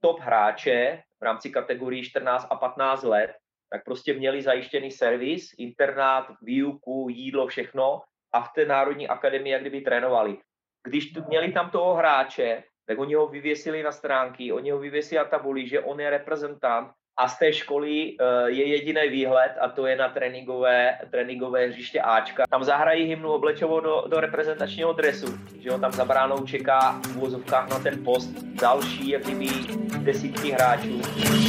top hráče v rámci kategorii 14 a 15 let, tak prostě měli zajištěný servis, internát, výuku, jídlo, všechno a v té Národní akademii jak kdyby trénovali. Když měli tam toho hráče, tak oni ho vyvěsili na stránky, oni ho vyvěsili na tabuli, že on je reprezentant a z té školy je jediný výhled a to je na tréninkové hřiště Ačka. Tam zahrají hymnu oblečovou do reprezentačního dresu, že ho tam za bránou čeká v uvozovkách na ten post další jak kdyby desítky hráčů.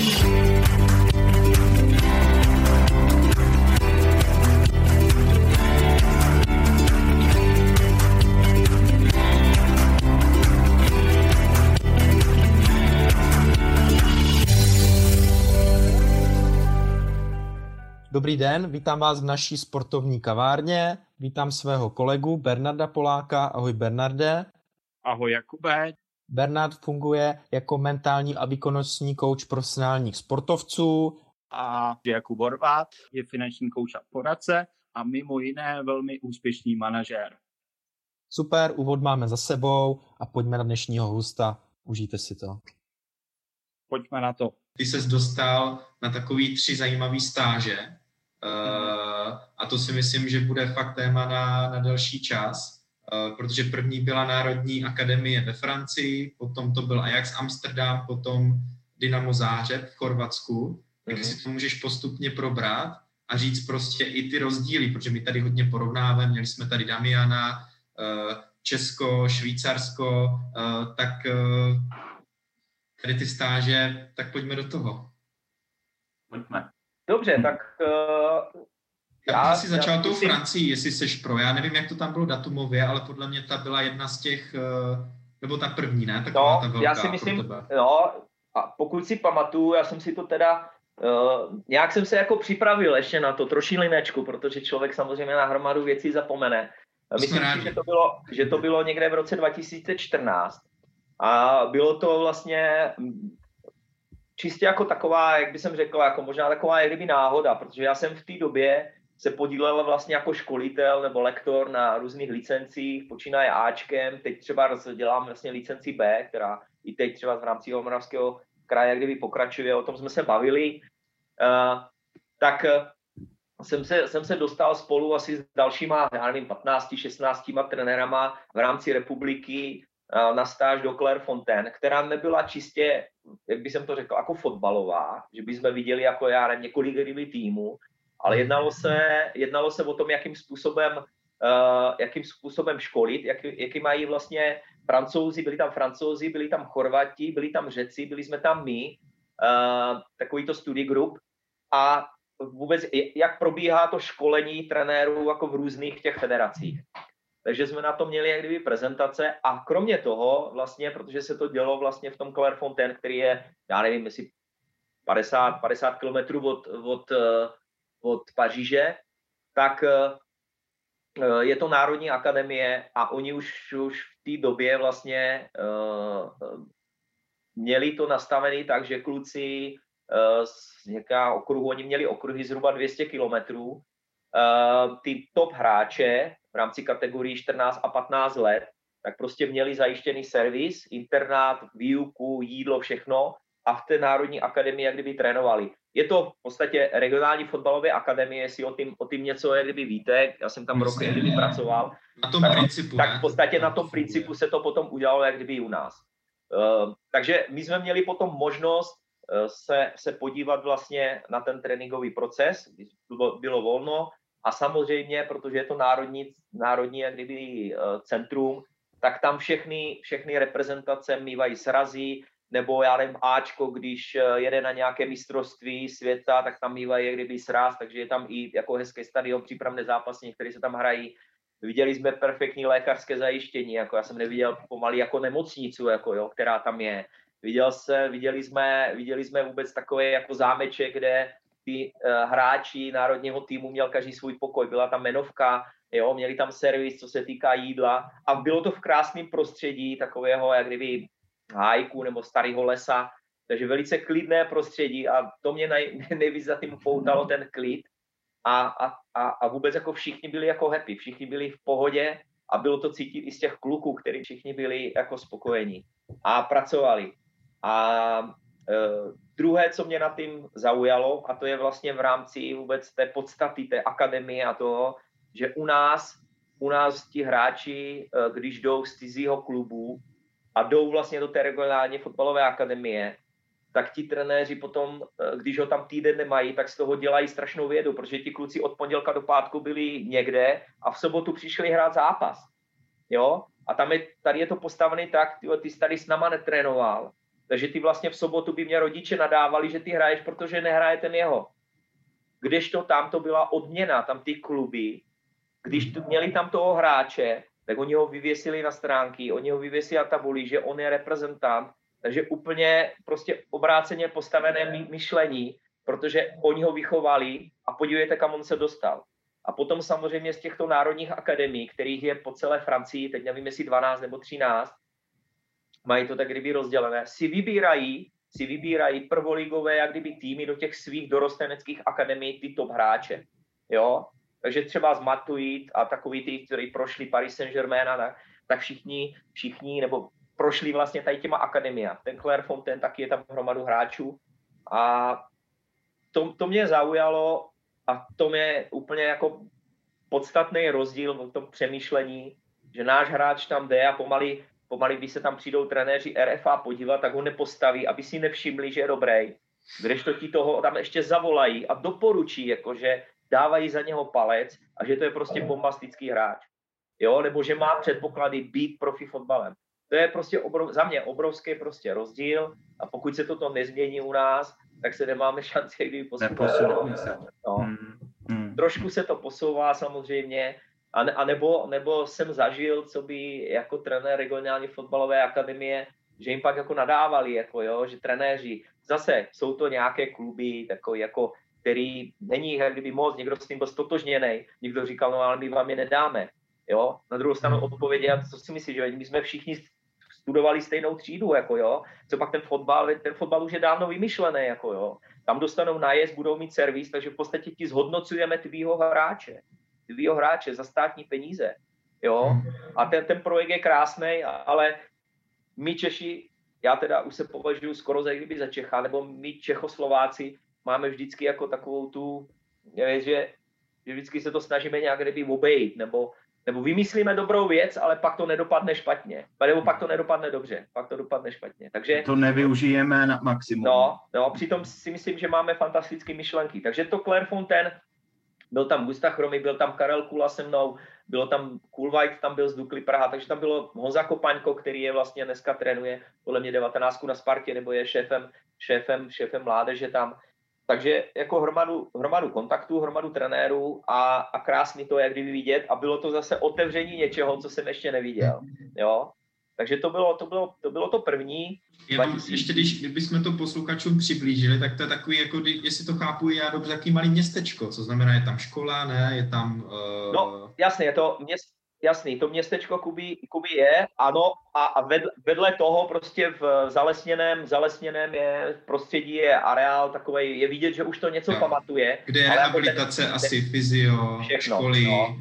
Dobrý den, vítám vás v naší sportovní kavárně. Vítám svého kolegu Bernarda Poláka. Ahoj Bernarde. Ahoj Jakube. Bernard funguje jako mentální a výkonnostní kouč profesionálních sportovců. A Jakub Horváth je finanční kouč a poradce a mimo jiné velmi úspěšný manažér. Super, úvod máme za sebou a pojďme na dnešního hosta. Užijte si to. Pojďme na to. Ty ses dostal na takový 3 zajímavý stáže a to si myslím, že bude fakt téma na delší čas, protože první byla Národní akademie ve Francii, potom to byl Ajax Amsterdam, potom Dynamo Záhřeb v Chorvatsku, takže si to můžeš postupně probrat a říct prostě i ty rozdíly, protože my tady hodně porovnáváme, měli jsme tady Damiana, Česko, Švýcarsko, tak tady ty stáže, tak pojďme do toho. Pojďme. Dobře, tak já si začal tou Francii, jestli seš pro. Já nevím, jak to tam bylo datumově, ale podle mě ta byla jedna z těch, nebo ta první, ne? Taková ta velká já si myslím, a pokud si pamatuju, já jsem si to teda, nějak jsem se jako připravil ještě na to, trošilinečku, protože člověk samozřejmě na hromadu věcí zapomene. Myslím si, že to bylo někde v roce 2014. A bylo to vlastně čistě jako taková, jak bych řekl, jako možná taková jak kdyby náhoda, protože já jsem v té době se podílel vlastně jako školitel nebo lektor na různých licencích, počínaje Ačkem, teď třeba dělám vlastně licenci B, která i teď třeba v rámci Jihomoravského kraje jak kdyby pokračuje, o tom jsme se bavili, tak jsem se dostal spolu asi s dalšíma, já nevím, 15-16 trenérama v rámci republiky na stáž do Clairefontaine, která nebyla čistě, jak bych to řekl, jako fotbalová, že bychom viděli jako já nevím, několik týmů, ale jednalo se o tom, jakým způsobem školit, jaký mají vlastně Francouzi, byli tam Chorvati, byli tam Řeci, byli jsme tam my, takovýto study group a vůbec jak probíhá to školení trenérů jako v různých těch federacích. Takže jsme na to měli jak kdyby prezentace a kromě toho vlastně, protože se to dělo vlastně v tom Clairefontaine, který je, já nevím, jestli 50 kilometrů od Paříže, tak je to Národní akademie a oni už v té době vlastně měli to nastavené tak, že kluci z nějaká okruhu, oni měli okruhy zhruba 200 kilometrů, ty top hráče v rámci kategorii 14 a 15 let, tak prostě měli zajištěný servis, internát, výuku, jídlo, všechno a v té Národní akademii jak kdyby trénovali. Je to v podstatě regionální fotbalové akademie, jestli o tím něco jak kdyby víte, já jsem tam rok jak kdyby pracoval. Na tom principu, tak v podstatě na tom principu se to potom udělalo jak kdyby i u nás. Takže my jsme měli potom možnost se podívat vlastně na ten tréninkový proces, bylo volno a samozřejmě, protože je to národní jak kdyby centrum, tak tam všechny reprezentace mývají srazy, nebo já nevím Ačko, když jede na nějaké mistrovství světa, tak tam mývají jak kdyby sraz, takže je tam i jako hezké stadion, přípravné zápasy, některé se tam hrají. Viděli jsme perfektní lékařské zajištění, jako já jsem neviděl pomalu jako nemocnicu, jako jo, která tam je. Viděli jsme vůbec takový jako zámeček, kde ty hráči národního týmu měl každý svůj pokoj, byla tam jmenovka, jo, měli tam servis, co se týká jídla a bylo to v krásném prostředí takového jak kdyby hájku nebo starého lesa, takže velice klidné prostředí a to mě nejvíc za tím poutalo ten klid a vůbec jako všichni byli jako happy, všichni byli v pohodě a bylo to cítit i z těch kluků, kteří všichni byli jako spokojení a pracovali. A Druhé, co mě na tím zaujalo, a to je vlastně v rámci vůbec té podstaty té akademie a toho, že u nás ti hráči, když jdou z cizího klubu a jdou vlastně do té regionální fotbalové akademie, tak ti trenéři potom, když ho tam týden nemají, tak z toho dělají strašnou vědu, protože ti kluci od pondělka do pátku byli někde a v sobotu přišli hrát zápas. Jo? A tady je to postavené tak, ty jsi tady s náma netrénoval, takže ty vlastně v sobotu by mě rodiče nadávali, že ty hraješ, protože nehraje ten jeho. Kdežto tam to byla odměna, tam ty kluby, když měli tam toho hráče, tak oni ho vyvěsili na stránky, oni ho vyvěsili na tabuli, že on je reprezentant, takže úplně prostě obráceně postavené myšlení, protože oni ho vychovali a podívejte, kam on se dostal. A potom samozřejmě z těchto národních akademií, kterých je po celé Francii, teď nevím, jestli 12 nebo 13, mají to tak kdyby rozdělené, si vybírají prvoligové jak kdyby týmy do těch svých dorosteneckých akademií ty top hráče. Jo? Takže třeba z Matuid a takový ty, kteří prošli Paris Saint-Germain, tak všichni nebo prošli vlastně tady těma akademia. Ten Clairefontaine taky je tam hromadu hráčů. A to mě zaujalo a to je úplně jako podstatný rozdíl v tom přemýšlení, že náš hráč tam jde a pomaly, když se tam přijdou trenéři RFA podívat, tak ho nepostaví, aby si nevšimli, že je dobrý. Kdežto ti toho tam ještě zavolají a doporučí, jakože dávají za něho palec a že to je prostě bombastický hráč. Jo? Nebo že má předpoklady být profi fotbalem. To je prostě za mě obrovský prostě rozdíl a pokud se toto nezmění u nás, tak se nemáme šanci, kdyby posouvá. No. Trošku se to posouvá samozřejmě, a nebo jsem zažil, co by jako trenér regionální fotbalové akademie, že jim pak jako nadávali, jako jo, že trenéři, zase jsou to nějaké kluby, takový jako, který není jak kdyby moc, někdo s tím byl stotožněný, někdo říkal, no ale my vám je nedáme, jo. Na druhou stranu odpovědět, co si myslíš, že my jsme všichni studovali stejnou třídu, jako jo, co pak ten fotbal už je dávno vymyšlený, jako jo. Tam dostanou nájezd, budou mít servis, takže v podstatě ti zhodnocujeme tvýho hráče za státní peníze, jo. A ten projekt je krásný, ale my Češi, já teda už se považuji skoro za kdyby za Čecha, nebo my Čechoslováci máme vždycky jako takovou tu, že vždycky se to snažíme nějak kdyby obejít, nebo vymyslíme dobrou věc, ale pak to nedopadne špatně. Nebo pak to nedopadne dobře, pak to dopadne špatně. Takže to nevyužijeme na maximum. No, přitom si myslím, že máme fantastické myšlenky. Takže to Clairefontaine, byl tam Gustav Chromy, byl tam Karel Kula se mnou, bylo tam Kulvajt, tam byl z Dukly Praha, takže tam bylo Honza Kopaňko, který je vlastně dneska trénuje podle mě 19 na Spartě, nebo je šéfem mládeže tam. Takže jako hromadu kontaktů, hromadu trenérů a krásný to, jak kdyby vidět. A bylo to zase otevření něčeho, co jsem ještě neviděl. Jo? Takže to bylo to první. Ještě kdybychom to posluchačům přiblížili, tak to je takový, jako jestli to chápu já dobře, takový malý městečko. Co znamená, je tam škola, ne? Je tam... No, jasně, je to Jasný, to městečko Kuby je, ano, a vedle toho prostě v zalesněném je prostředí, je areál takovej, je vidět, že už to něco pamatuje. Kde je rehabilitace, asi fyzio, všechno, školy,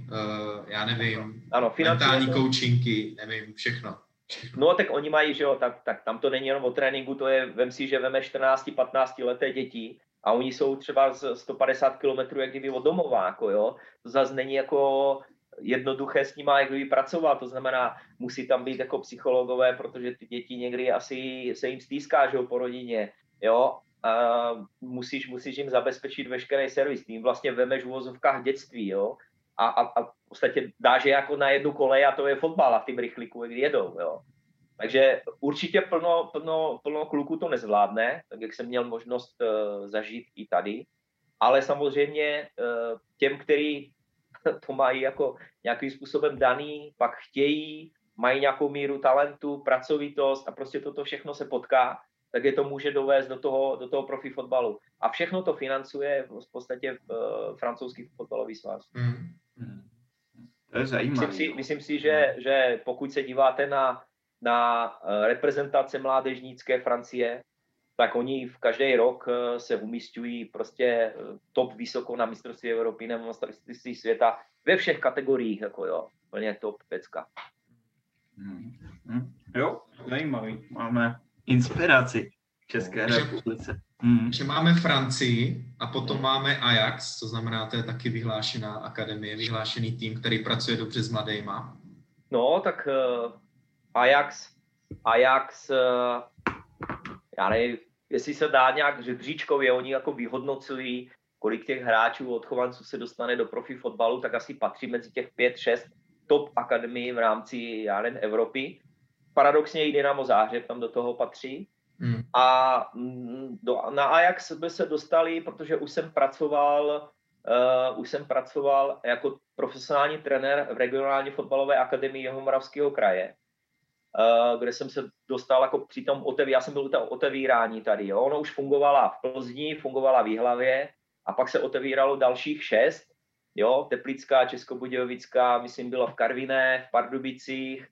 já nevím, ano, mentální coachingy, nevím, všechno. No, tak oni mají, že jo, tak tam to není jenom o tréninku, to je, vem si, že veme 14-15 leté děti a oni jsou třeba z 150 km jak kdyby od domova, jako jo, to zase není jako jednoduché s nima jak kdyby pracovat, to znamená, musí tam být jako psychologové, protože ty děti někdy asi se jim stýská, že jo, po rodině, jo, a musíš jim zabezpečit veškerý servis, tím vlastně vemeš v uvozovkách dětství, jo, a v podstatě dáš je jako na jednu kolej a to je fotbal a v tím rychlíku, kdy jedou, jo. Takže určitě plno kluků to nezvládne, tak jak jsem měl možnost zažít i tady, ale samozřejmě těm, který to mají jako nějakým způsobem daný, pak chtějí, mají nějakou míru talentu, pracovitost a prostě toto všechno se potká, tak je to může dovést do toho profi fotbalu. A všechno to financuje v podstatě francouzský fotbalový svaz. To je zajímavé. Myslím si, že pokud se díváte na reprezentace mládežnické Francie, tak oni v každý rok se umísťují prostě top vysoko na mistrovství Evropy nebo mistrovství světa ve všech kategoriích, jako jo, plně top pecka. Jo, zajímavý, máme inspiraci. České Že- republice. že máme Francii a potom máme Ajax, to znamená, to je taky vyhlášená akademie, vyhlášený tým, který pracuje dobře s mladejma. No, tak Ajax, já nevím, jestli se dá nějak žebříčkově, oni jako vyhodnocují, kolik těch hráčů, odchovanců se dostane do profi fotbalu, tak asi patří mezi těch 5-6 top akademií v rámci, já nevím, Evropy. Paradoxně i Dynamo Záhřeb tam do toho patří. A na Ajax by se dostali, protože už jsem pracoval jako profesionální trenér v regionální fotbalové akademii Jihomoravského kraje, kde jsem se dostal jako při tom já jsem byl u toho otevírání tady. Jo. Ono už fungovala v Plzni, fungovala v Jihlavě a pak se otevíralo dalších 6. Jo, Teplická, Českobudějovická, myslím byla v Karviné, v Pardubicích,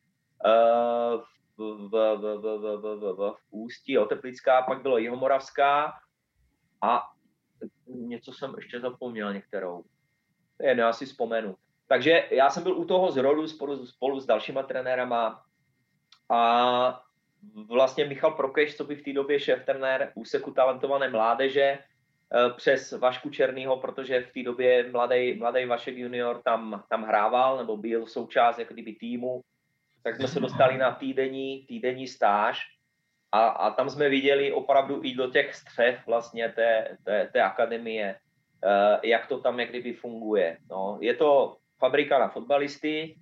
v Ústí, jo, Teplická, pak bylo Jihomoravská a něco jsem ještě zapomněl některou. Já si vzpomenu. Takže já jsem byl u toho zrodu spolu s dalšíma trenérama a vlastně Michal Prokeš, co by v té době šéf-trenér úseku talentované mládeže, přes Vašku Černýho, protože v té době mladý Vašek junior tam hrával, nebo byl součást jak kdyby týmu, tak jsme se dostali na týdenní stáž a tam jsme viděli opravdu i do těch střev vlastně té akademie, jak to tam jak kdyby funguje. No, je to fabrika na fotbalisty,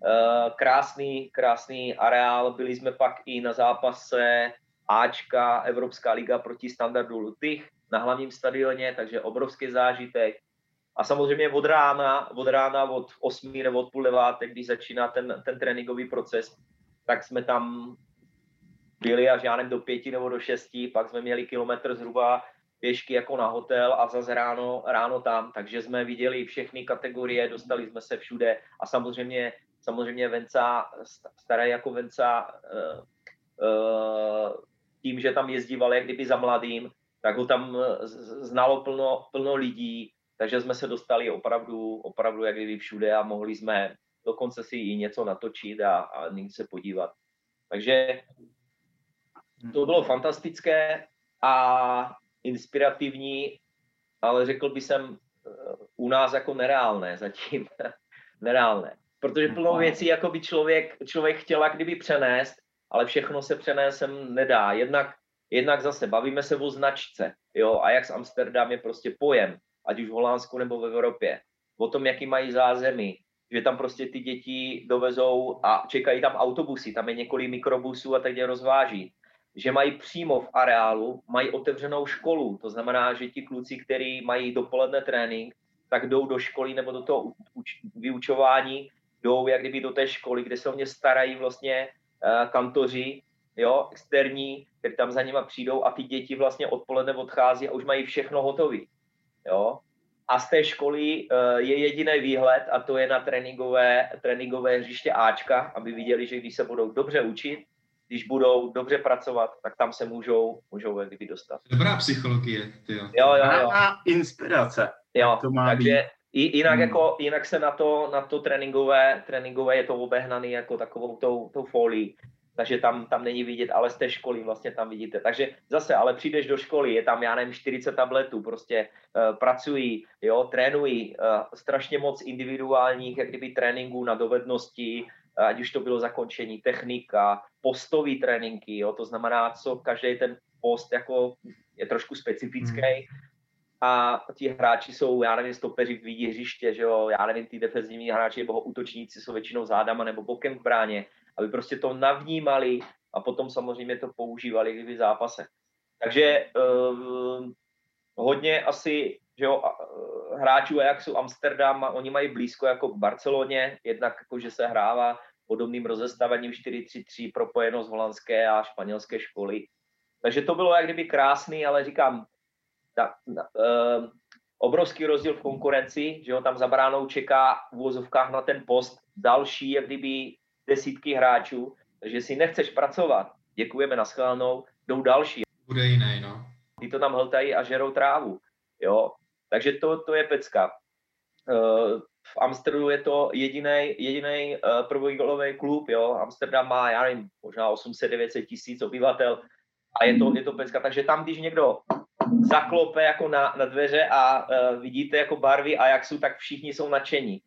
krásný areál, byli jsme pak i na zápase Ačka, Evropská liga proti Standardu Lutych na hlavním stadioně, takže obrovský zážitek. A samozřejmě od rána od 8 nebo od půl 9, když začíná ten tréninkový proces, tak jsme tam byli až já nevím do 5 nebo do 6, pak jsme měli kilometr zhruba pěšky jako na hotel a zase ráno tam, takže jsme viděli všechny kategorie, dostali jsme se všude a samozřejmě Venca, starý jako Venca, tím, že tam jezdíval jak kdyby za mladým, tak ho tam znalo plno lidí, takže jsme se dostali opravdu jak kdyby všude a mohli jsme dokonce si i něco natočit a někde se podívat. Takže to bylo fantastické a inspirativní, ale řekl bych jsem u nás jako nereálné zatím. Nereálné. Protože plnou věcí jako by člověk chtěl kdyby přenést, ale všechno se přenesem nedá. Jednak zase bavíme se o značce. Jo? Ajax Amsterdam je prostě pojem, ať už v Holandsku nebo v Evropě. O tom, jaký mají zázemí, že tam prostě ty děti dovezou a čekají tam autobusy, tam je několik mikrobusů a tak je rozváží. Že mají přímo v areálu, mají otevřenou školu, to znamená, že ti kluci, kteří mají dopoledne trénink, tak jdou do školy nebo do toho vyučování, jdou jak kdyby do té školy, kde se o ně starají vlastně kantoři, jo, externí, kteří tam za nima přijdou a ty děti vlastně odpoledne odchází a už mají všechno hotové. Jo. A z té školy je jediný výhled a to je na tréninkové hřiště Ačka, aby viděli, že když se budou dobře učit, když budou dobře pracovat, tak tam se můžou kdyby dostat. Dobrá psychologie, tyjo. Jo. Inspirace. Jo, takže jinak se na to tréninkové je to obehnaný jako takovou tou folií, takže tam není vidět, ale z té školy vlastně tam vidíte. Takže zase, ale přijdeš do školy, je tam, já nevím, 40 tabletů, prostě pracují, jo, trénují, strašně moc individuálních, jak kdyby tréninků na dovednosti, ať už to bylo zakončení technika, postový tréninky, jo, to znamená, co každý ten post jako je trošku specifický. A ti hráči jsou, já nevím, stopeři vidí hřiště, že jo, já nevím, ty defenzivní hráči nebo útočníci jsou většinou zádama nebo bokem v bráně, aby prostě to navnímali a potom samozřejmě to používali v zápasech. Takže hodně asi, že jo, hráčů Ajaxu Amsterdam, oni mají blízko jako k Barceloně, jednak jako, že se hrává podobným rozestavením 4-3-3 propojeno z holandské a španělské školy. Takže to bylo jak kdyby krásný, ale říkám, obrovský rozdíl v konkurenci, že jo, tam za bránou čeká v uvozovkách na ten post další, jak kdyby desítky hráčů, takže si nechceš pracovat, děkujeme, nashledanou, jdou další. Bude jiný, no. Ty to tam hltají a žerou trávu, jo, takže to je pecka. V Amsterdamu je to jediný prvoligový klub, jo, Amsterdam má, já nevím, možná 800-900 tisíc obyvatel, A je to pecka. Takže tam, když někdo zaklope jako na dveře a vidíte jako barvy Ajaxu, tak všichni jsou nadšení.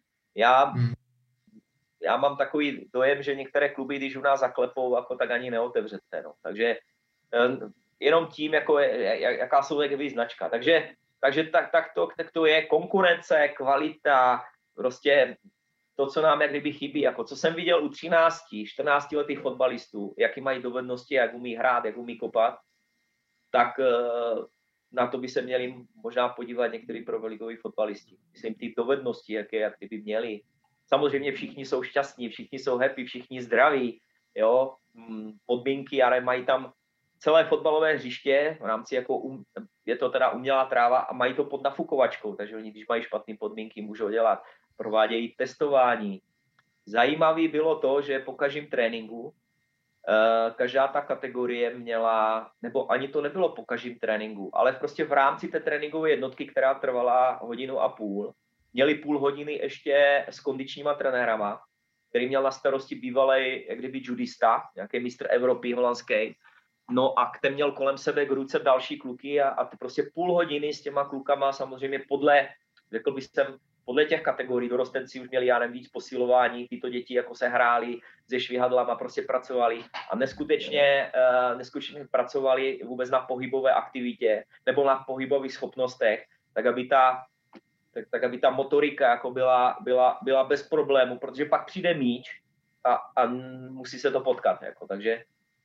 Já mám takový dojem, že některé kluby, když u nás zaklepou, jako, tak ani neotevřete. No. Takže jenom tím, jako jaká jsou značka. Takže tak to je konkurence, kvalita, prostě to, co nám jak kdyby chybí. Jako, co jsem viděl u 13, 14 letých fotbalistů, jaký mají dovednosti, jak umí hrát, jak umí kopat, tak na to by se měli možná podívat některý proveligoví fotbalisti. Myslím, ty dovednosti, jaké jak kdyby měli. Samozřejmě všichni jsou šťastní, všichni jsou happy, všichni zdraví, jo, podmínky, ale mají tam celé fotbalové hřiště, v rámci jako je to teda umělá tráva a mají to pod nafukovačkou, takže oni, když mají špatné podmínky, můžou dělat, provádějí testování. Zajímavé bylo to, že po každém tréninku každá ta kategorie měla, nebo ani to nebylo po každém tréninku, ale prostě v rámci té tréninkové jednotky, která trvala 1,5 hodiny, měli půl hodiny ještě s kondičníma trenérama, který měl na starosti bývalý, jak kdyby judista, nějaký mistr Evropy holandský. No a ten měl kolem sebe k ruce další kluky a prostě půl hodiny s těma klukama samozřejmě řekl bych podle těch kategorií, dorostenci už měli, já nevím, víc posilování, tyto děti jako se hráli se švihadlama, prostě pracovali a neskutečně pracovali vůbec na pohybové aktivitě nebo na pohybových schopnostech, tak aby ta motorika jako byla bez problému, protože pak přijde míč a musí se to potkat. Jako, takže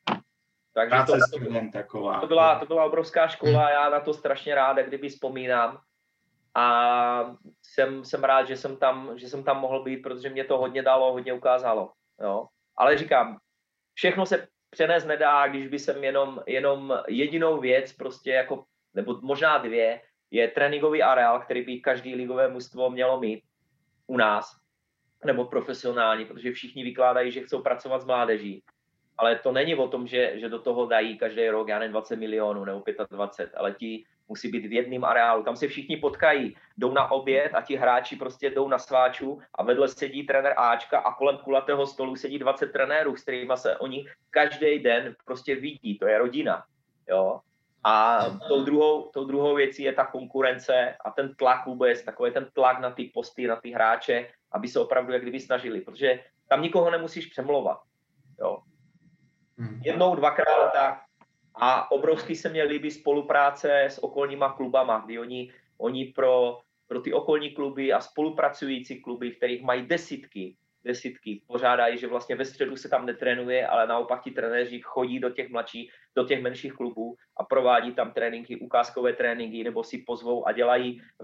to byla obrovská škola, já na to strašně rád, jak kdyby vzpomínám. A jsem rád, že jsem tam mohl být, protože mě to hodně dalo, hodně ukázalo. Jo. Ale říkám, všechno se přenést nedá, když by jsem jenom jedinou věc, prostě jako, nebo možná dvě, je tréninkový areál, který by každý ligové mužstvo mělo mít u nás, nebo profesionální, protože všichni vykládají, že chcou pracovat s mládeží. Ale to není o tom, že do toho dají každý rok, já nevím, 20 milionů nebo 25, ale ti musí být v jednom areálu. Tam se všichni potkají, jdou na oběd a ti hráči prostě jdou na sváču a vedle sedí trenér Ačka a kolem kulatého stolu sedí 20 trenérů, s kterými se oni každý den prostě vidí, to je rodina. Jo? A tou druhou věcí je ta konkurence a ten tlak vůbec, takový ten tlak na ty posty, na ty hráče, aby se opravdu jak kdyby snažili, protože tam nikoho nemusíš přemlouvat. Jo? Jednou, dvakrát tak. A obrovský se mně líbí spolupráce s okolníma klubama, kdy oni pro ty okolní kluby a spolupracující kluby, v kterých mají desítky, pořádají, že vlastně ve středu se tam netrénuje, ale naopak ti trenéři chodí do těch menších klubů a provádí tam tréninky, ukázkové tréninky, nebo si pozvou a dělají v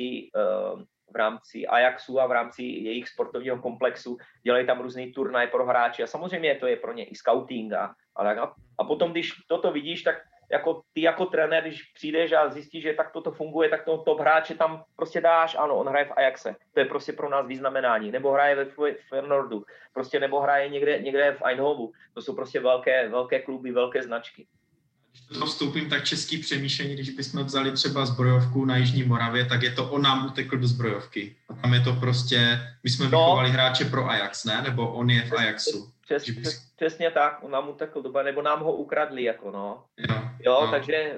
rámci Ajaxu a v rámci jejich sportovního komplexu, dělají tam různý turnaje pro hráče a samozřejmě to je pro ně i scouting a potom, když toto vidíš, tak jako ty jako trenér, když přijdeš a zjistíš, že tak toto funguje, tak toho top hráče tam prostě dáš, ano, on hraje v Ajaxe, to je prostě pro nás vyznamenání, nebo hraje ve Feyenoordu, prostě nebo hraje někde v Eindhovenu, to jsou prostě velké kluby, velké značky. Když to vstoupím, tak český přemýšlení, když bychom vzali třeba zbrojovku na Jižní Moravě, tak je to on nám utekl do zbrojovky. A tam je to prostě, my jsme vychovali hráče pro Ajax, ne? Nebo on je v Ajaxu. Přesně tak, on nám utekl do nebo nám ho ukradli, jako no. Jo, takže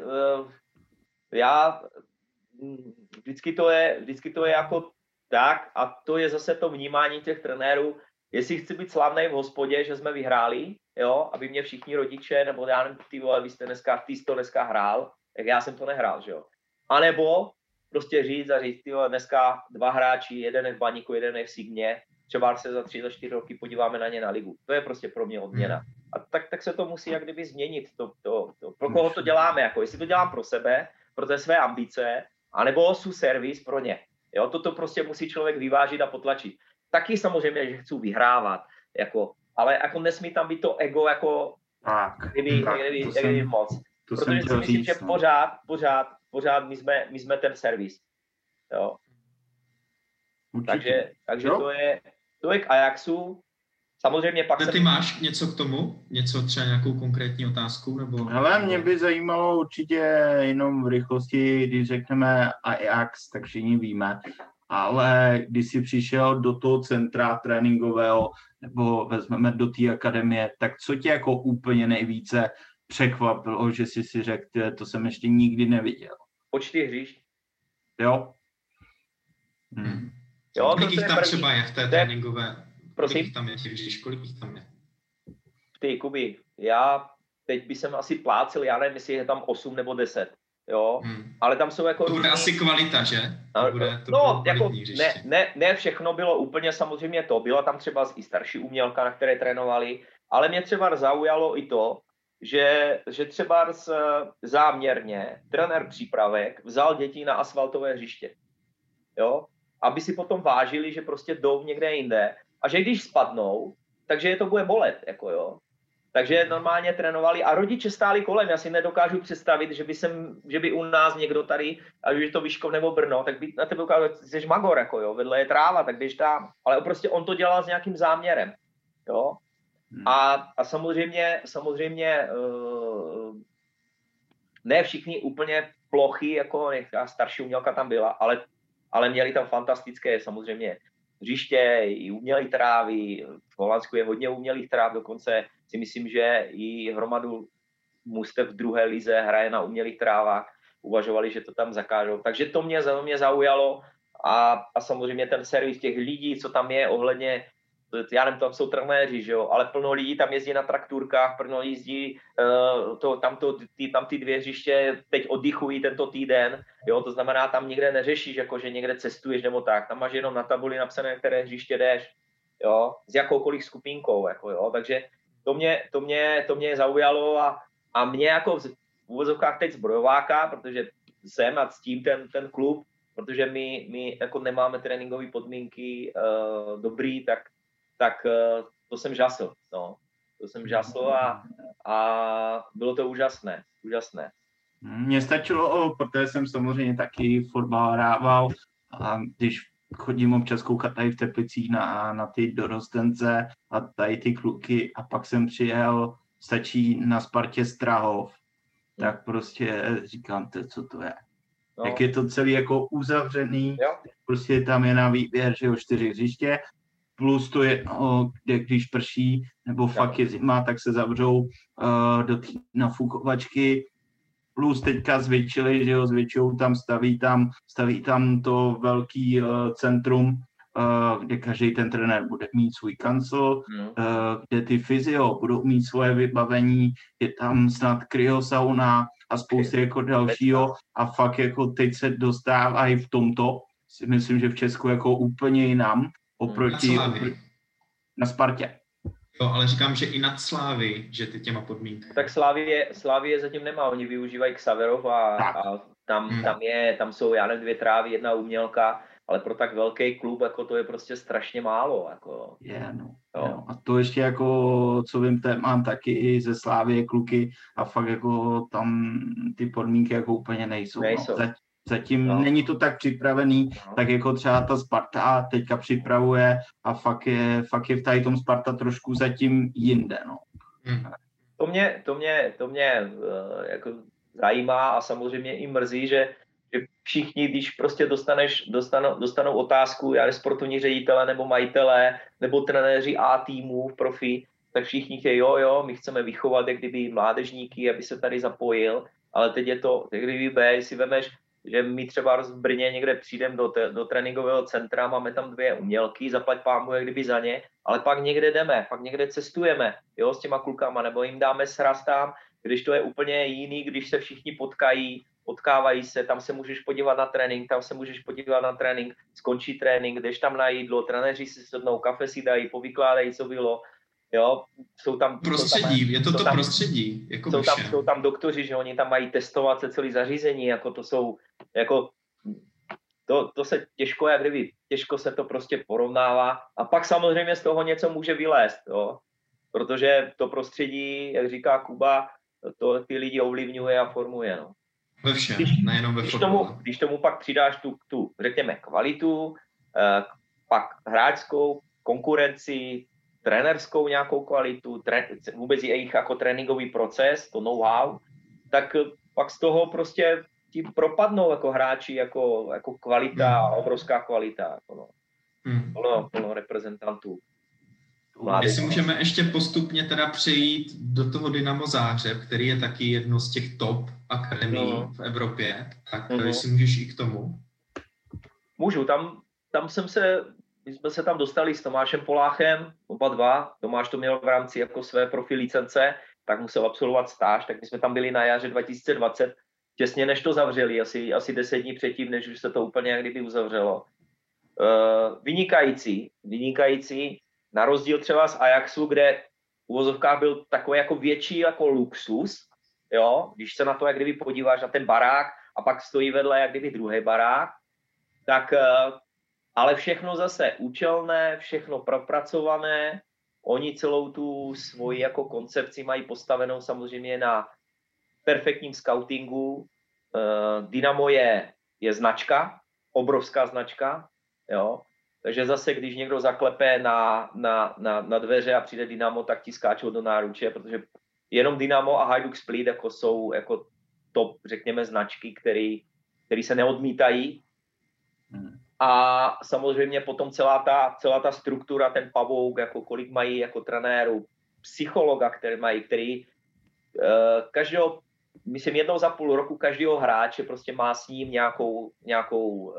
vždycky to je jako tak a to je zase to vnímání těch trenérů, jestli chci být slavnej v hospodě, že jsme vyhráli, jo, aby mě všichni rodiče, nebo já nevím, ty vole, ty jsi to dneska hrál, tak já jsem to nehrál, že jo. A nebo prostě říct, ty vole, dneska 2 hráči, jeden je v Baníku, jeden je v Sigmě, třeba se za 3-4 roky podíváme na ně na ligu. To je prostě pro mě odměna. A tak se to musí jak kdyby změnit. Pro koho to děláme, jako jestli to dělám pro sebe, pro té své ambice, anebo jsou servis pro ně. Jo, toto prostě musí člověk vyvážit a potlačit. Taky samozřejmě, že chci vyhrávat, jako, ale jako nesmí tam být to ego jako kdyby moc. Protože si myslím, že pořád my jsme ten servis. Jo. Takže to je k Ajaxu. Samozřejmě pak ty máš něco k tomu? Něco třeba nějakou konkrétní otázku? Nebo... Hele, mě by zajímalo určitě jenom v rychlosti, když řekneme Ajax, tak všichni víme, ale když jsi přišel do toho centra tréninkového nebo vezmeme do té akademie, tak co tě jako úplně nejvíce překvapilo, že jsi si řekl, to jsem ještě nikdy neviděl. Počty hřišť. Jo? Jo, kolik jich tam třeba je v té tréninkové? Prosím? Kolik jich tam je těch hřišť? Kolik jich tam je? Ty, Kuby, já teď bych jsem asi plácil, já nevím, jestli je tam 8 nebo 10. Jo, ale tam jsou jako to bude asi kvalita, že? No, jako ne všechno bylo úplně samozřejmě to. Byla tam třeba i starší umělka, na které trénovali, ale mě třeba zaujalo i to, že třeba záměrně trenér přípravek vzal děti na asfaltové hřiště. Jo, aby si potom vážili, že prostě jdou někde jinde a že když spadnou, takže je to bude bolet, jako jo. Takže normálně trénovali a rodiče stáli kolem. Já si nedokážu představit, že by u nás někdo tady, ať už je to Vyškov nebo Brno, tak by na tebe ukázal, že jsi magor, jako jo, vedle je tráva, tak běž tam. Ale prostě on to dělal s nějakým záměrem, jo. A samozřejmě ne všichni úplně plochy, jako starší umělka tam byla, ale měli tam fantastické samozřejmě hřiště, i umělé trávy. V Holandsku je hodně umělých tráv, dokonce si myslím, že i hromadu mužstev v druhé lize hraje na umělých trávách. Uvažovali, že to tam zakážou. Takže to mě zaujalo a samozřejmě ten servis těch lidí, co tam je ohledně, já nevím, tam jsou trenéři, že jo, ale plno lidí tam jezdí na trakturkách, plno jezdí tam ty dvě hřiště teď oddychují tento týden, jo, to znamená, tam nikde neřešíš, jako že někde cestuješ nebo tak, tam máš jenom na tabuli napsané, které hřiště jdeš, jo, s jakoukoliv skupinkou, jako jo, takže to mě zaujalo a mě jako v uvozovkách teď zbrojováka, protože jsem a ctím ten klub, protože my jako nemáme tréninkové podmínky dobrý, tak to jsem žasl, no. To jsem žasl a bylo to úžasné. Mně stačilo, protože jsem samozřejmě taky fotbal hrával a když chodím občas koukat tady v Teplicích na ty dorostence a tady ty kluky a pak jsem přijel, stačí na Spartě Strahov, tak prostě říkám, co to je. No. Jak je to celý jako uzavřený, jo. Prostě tam je na výběr, že jo, 4 hřiště, plus to je, kde když prší, nebo fakt je zima, tak se zavřou do té nafukovačky, plus teďka zvětšili, že jo, zvětšou tam, staví tam to velký centrum, kde každý ten trenér bude mít svůj kancel, kde ty fyzio budou mít svoje vybavení, je tam snad kryosauna a spousty jako dalšího a fakt jako teď se dostávají v tomto, si myslím, že v Česku jako úplně jinam, oproti na Spartě. Jo, ale říkám, že i nad Slávy, že ty těma podmínkami. Tak Slávie zatím nemá, oni využívají Xaverov a tam jsou, já nevím, 2 trávy, 1 umělka, ale pro tak velký klub, jako to je prostě strašně málo. Jako. Jo. A to ještě jako, co vím, mám taky i ze Slávie kluky a fakt jako tam ty podmínky jako úplně nejsou. Zatím není to tak připravený, tak jako třeba ta Sparta teďka připravuje a fakt je v tady tom Sparta trošku zatím jinde, no. To mě jako zajímá a samozřejmě i mrzí, že všichni, když prostě dostanou otázku, já sportovní ředitele nebo majitele nebo trenéři A týmů v profi, tak všichni chtějí, jo, my chceme vychovat jak kdyby mládežníky, aby se tady zapojil, ale teď je to, jak kdyby B, si vemeš, že my třeba v Brně někde přijdeme do tréninkového centra, máme tam 2 umělky, zaplať pánbůh, jak kdyby za ně, ale pak někde jdeme, pak někde cestujeme, jo, s těma klukama, nebo jim dáme sraz tam, když to je úplně jiný, když se všichni potkávají se, tam se můžeš podívat na trénink, skončí trénink, jdeš tam na jídlo, trenéři si sednou, kafe si dají, povykládají, co bylo, jo, jsou tam... Prostředí, prostředí, jako jsou tam doktoři, že oni tam mají testovat se celý zařízení, jako to jsou, jako to se těžko se to prostě porovnává a pak samozřejmě z toho něco může vylézt, jo, protože to prostředí, jak říká Kuba, to ty lidi ovlivňuje a formuje, no. Ve všem, nejenom ve fotbalu. Když tomu pak přidáš tu řekněme, kvalitu, pak hráčskou, konkurenci, trenerskou nějakou kvalitu, vůbec jejich jako tréninkový proces, to know-how, tak pak z toho prostě ti propadnou jako hráči, jako kvalita, obrovská kvalita. Jako no. Plno reprezentantů. Jestli můžeme ještě postupně teda přejít do toho Dynamo Záhřeb, který je taky jedno z těch top akademií v Evropě, tak jestli můžeš i k tomu. Můžu, my jsme se tam dostali s Tomášem Poláchem, oba dva. Tomáš to měl v rámci jako své profi licence, tak musel absolvovat stáž, tak my jsme tam byli na jaře 2020, těsně než to zavřeli, asi 10 dní předtím, než už se to úplně jak kdyby uzavřelo. Vynikající, na rozdíl třeba z Ajaxu, kde v uvozovkách byl takový jako větší jako luxus, jo, když se na to jak kdyby podíváš na ten barák a pak stojí vedle jak kdyby druhý barák, tak ale všechno zase účelné, všechno propracované, oni celou tu svoji jako koncepci mají postavenou samozřejmě na perfektním scoutingu. Dynamo je značka, obrovská značka, jo. Takže zase, když někdo zaklepe na dveře a přijde Dynamo, tak ti skáčou do náruče, protože jenom Dynamo a Hajduk Split jako jsou jako top, řekněme, značky, které se neodmítají. A samozřejmě potom celá ta struktura, ten pavouk, jako kolik mají jako trenérů, psychologa, který každého, myslím jednou za půl roku každého hráče prostě má s ním nějakou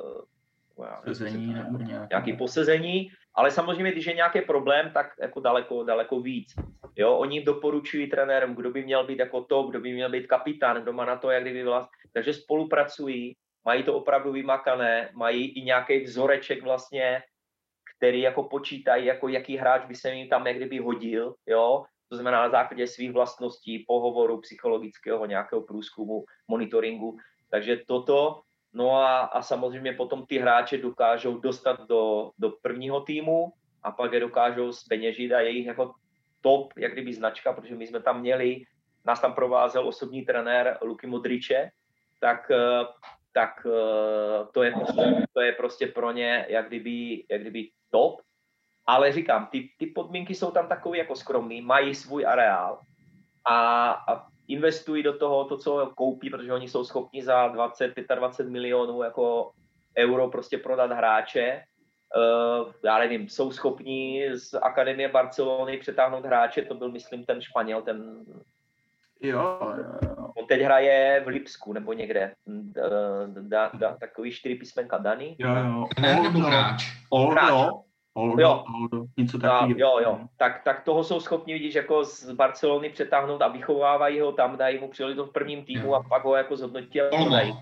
nějaký posezení, ale samozřejmě, když je nějaký problém, tak jako daleko víc. Jo, oni jim doporučují trenérům, kdo by měl být jako top, kdo by měl být kapitán, kdo má na to, jak kdyby vlast. Takže spolupracují, mají to opravdu vymakané, mají i nějaký vzoreček vlastně, který jako počítají, jako jaký hráč by se jim tam jak kdyby hodil, jo. To znamená na základě svých vlastností, pohovoru, psychologického nějakého průzkumu, monitoringu. Takže toto. No a samozřejmě potom ty hráče dokážou dostat do prvního týmu a pak je dokážou zpeněžit a jejich jako top, jak kdyby značka, protože my jsme tam měli, nás tam provázel osobní trenér Luky Modriče, tak to je prostě pro ně jak kdyby top. Ale říkám, ty podmínky jsou tam takové jako skromný, mají svůj areál a investují do toho to, co koupí, protože oni jsou schopni za 20-25 milionů jako euro prostě prodat hráče. Já nevím, jsou schopni z Akademie Barcelony přetáhnout hráče, to byl, myslím, ten Španěl, Jo. On teď hraje v Lipsku nebo někde. Takový 4 písmenka Dani. Jo. Nebo hráč. Oldo, něco takového. Jo. Tak toho jsou schopni vidět, jako z Barcelony přetáhnout a vychovávají ho tam, dají mu příležitost v prvním týmu a pak ho jako zhodnotí a prodají.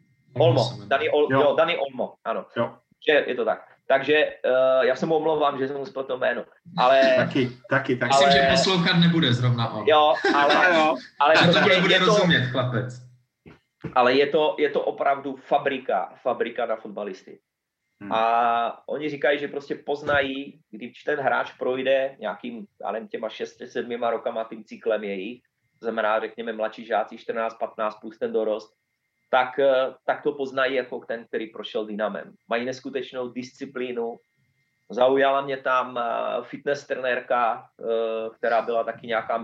Dani Olmo, ano. Jo. Že je to tak. Takže já se mu omlouvám, že jsem mu spletl jméno. Ale, taky. Myslím, že poslouchat nebude zrovna on. Jo, ale to bude rozumět, chlapec. Ale je to opravdu fabrika na fotbalisty. A oni říkají, že prostě poznají, když ten hráč projde nějakým, já nevím, těma 6-7 rokama tím cyklem jejich, to znamená, řekněme, mladší žáci 14-15 plus ten dorost, tak to poznají jako ten, který prošel Dynamem. Mají neskutečnou disciplínu. Zaujala mě tam fitness trenérka, která byla taky nějaká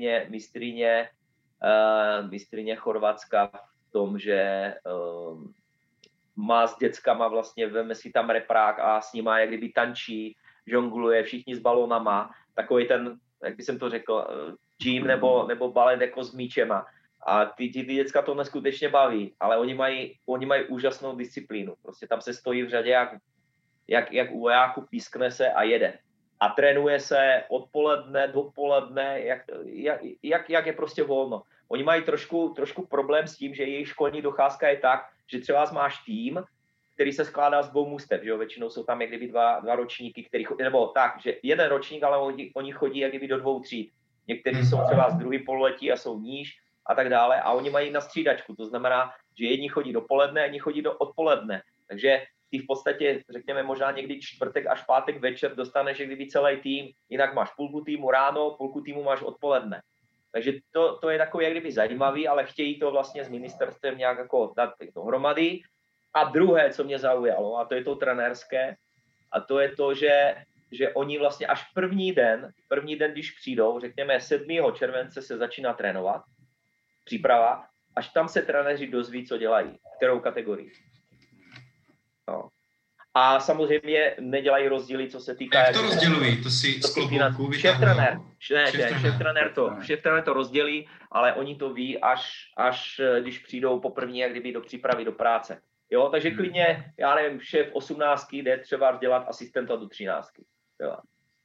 mistryně Chorvatska v tom, že má s dětskama vlastně, veme si tam reprák a s nima jak kdyby tančí, žongluje, všichni s balonama, takový ten, jak by jsem to řekl, gym nebo balet jako s míčema. A ty děcka to neskutečně baví, ale oni mají úžasnou disciplínu. Prostě tam se stojí v řadě jak u vojáku, pískne se a jede. A trénuje se odpoledne, dopoledne, jak je prostě volno. Oni mají trošku problém s tím, že jejich školní docházka je tak, že třeba máš tým, který se skládá z 2 mužstev, že jo, většinou jsou tam jak kdyby dva ročníky, nebo tak, že jeden ročník, ale oni chodí jak kdyby do 2 tříd. Někteří jsou třeba z druhý pololetí a jsou níž a tak dále a oni mají na střídačku, to znamená, že jedni chodí dopoledne, jedni chodí do odpoledne. Takže ty v podstatě, řekněme, možná někdy čtvrtek až pátek večer dostaneš jak kdyby celý tým, jinak máš půlku týmu ráno, půlku týmu máš odpoledne. Takže to je takové jak kdyby zajímavý, ale chtějí to vlastně s ministerstvem nějak jako dát dohromady. A druhé, co mě zaujalo, a to je to trenérské, a to je to, že oni vlastně až první den, když přijdou, řekněme 7. července se začíná trénovat, příprava, až tam se trenéři dozví, co dělají, kterou kategorii. No. A samozřejmě nedělají rozdíly, co se týká... Jak to rozdělují? To si z klobouku vytáhnou? Šéf-trenér to rozdělí, ale oni to ví, až když přijdou poprvé jak kdyby do přípravy, do práce. Jo, takže klidně, já nevím, šéf 18 jde třeba dělat asistenta do 13. Jo.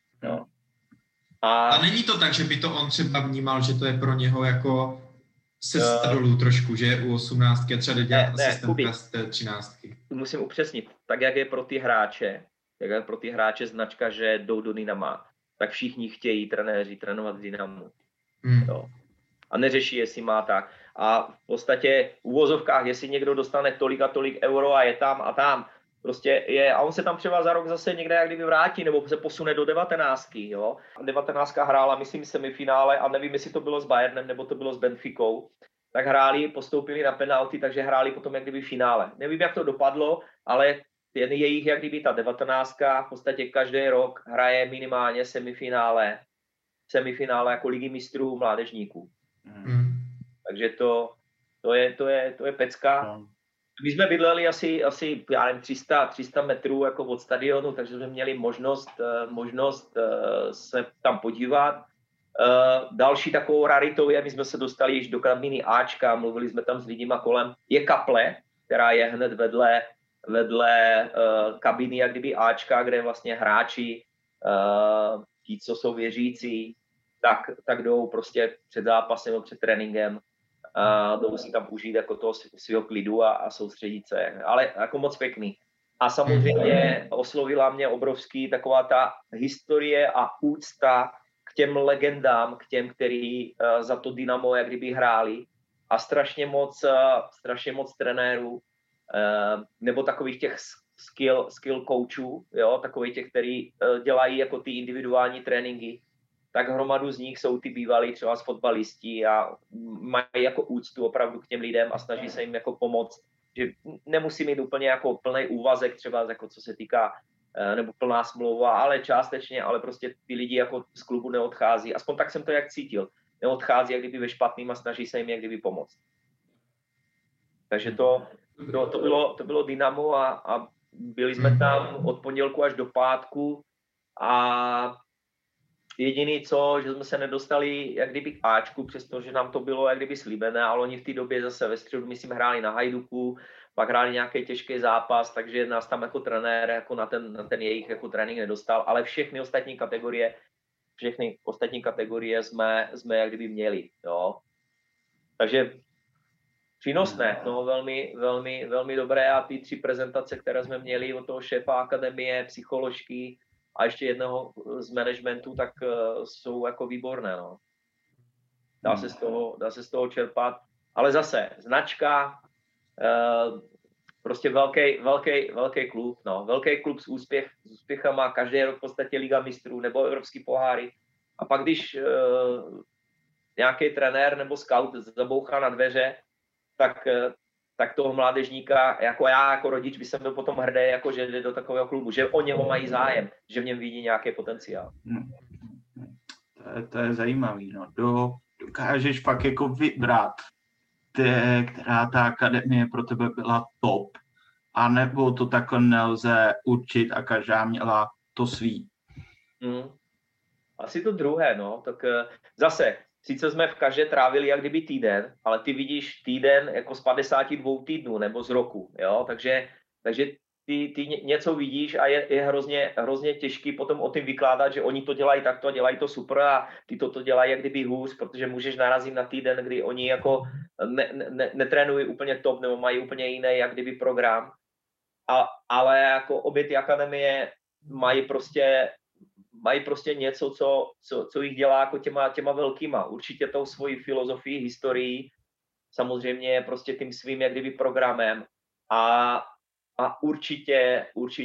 A není to tak, že by to on třeba vnímal, že to je pro něho jako se dolů trošku, že je u 18 a třeba jde dělat asistentka z té 13. Musím upřesnit, tak jak je pro ty hráče, značka, že jdou do Dynama, tak všichni chtějí trenéři trénovat v Dynamu. Jo. A neřeší, jestli má tak. A v podstatě v uvozovkách, jestli někdo dostane tolik a tolik euro a je tam a tam, prostě je, a on se tam třeba za rok zase někde jak kdyby vrátí, nebo se posune do 19. Jo. 19. hrála, myslím, semifinále a nevím, jestli to bylo s Bayernem, nebo to bylo s Benficou, tak hráli, postoupili na penalty, takže hráli potom jak kdyby finále. Nevím, jak to dopadlo, ale ten jejich jak kdyby ta 19. v podstatě každý rok hraje minimálně semifinále jako ligy mistrů mládežníků. Takže to je pecka. My jsme bydleli asi já nevím, 300 metrů jako od stadionu, takže jsme měli možnost se tam podívat. Další takovou raritou je, my jsme se dostali již do kabiny Ačka, mluvili jsme tam s lidima kolem, je kaple, která je hned vedle kabiny jak kdyby Ačka, kde vlastně hráči, ti, co jsou věřící, tak jdou prostě před zápasem, před tréninkem, jdou si tam užít jako toho svého klidu a soustředit se, ale jako moc pěkný. A samozřejmě oslovila mě obrovský taková ta historie a úcta k těm legendám, k těm, kteří za to Dynamo jak kdyby hráli a strašně moc trenérů nebo takových těch skill coachů, jo, takových těch, kteří dělají jako ty individuální tréninky, tak hromadu z nich jsou ty bývalí třeba z fotbalisti a mají jako úctu opravdu k těm lidem a snaží se jim jako pomoct, že nemusí mít úplně jako plný úvazek třeba jako co se týká nebo plná smlouva, ale částečně, ale prostě ty lidi jako z klubu neodchází, aspoň tak jsem to jak cítil, neodchází jak kdyby ve špatným a snaží se jim jak kdyby pomoct. Takže to bylo Dynamo a byli jsme tam od pondělku až do pátku a jediný že jsme se nedostali jak kdyby k Ačku, přestože nám to bylo jak kdyby slíbené, ale oni v té době zase ve středu, myslím, hráli na Hajduku, pak hráli nějaký těžký zápas, takže nás tam jako trenér jako na ten jejich jako trénink nedostal, ale všechny ostatní kategorie jsme jak kdyby měli, jo. Takže přínosné, no velmi dobré a ty 3 prezentace, které jsme měli od toho šéfa akademie, psycholožky a ještě jednoho z managementu, tak jsou jako výborné, no. Dá se z toho čerpat, ale zase značka, prostě velký klub, no, velký klub s úspěchama, každý rok v podstatě Liga mistrů nebo Evropský poháry. A pak když nějaký trenér nebo scout zabouchá na dveře, tak toho mládežníka, jako já, jako rodič, by jsem byl potom hrdý, jako že jde do takového klubu, že o něho mají zájem, že v něm vidí nějaký potenciál. To je zajímavý, no. Dokážeš fakt jako vybrat, která ta akademie pro tebe byla top, anebo to takhle nelze určit a každá měla to svý? Asi to druhé, no. Tak zase, sice jsme v každé trávili jak kdyby týden, ale ty vidíš týden jako z 52 týdnů nebo z roku, jo, takže ty něco vidíš a je hrozně těžký potom o tom vykládat, že oni to dělají takto, dělají to super a ty to dělají jak kdyby hůř, protože můžeš narazit na týden, kdy oni jako netrénují úplně top nebo mají úplně jiný jak kdyby program, ale jako obě ty akademie mají prostě něco, co jich dělá jako těma velkýma. Určitě tou svojí filozofii, historií, samozřejmě prostě tím svým jak kdyby programem a určitě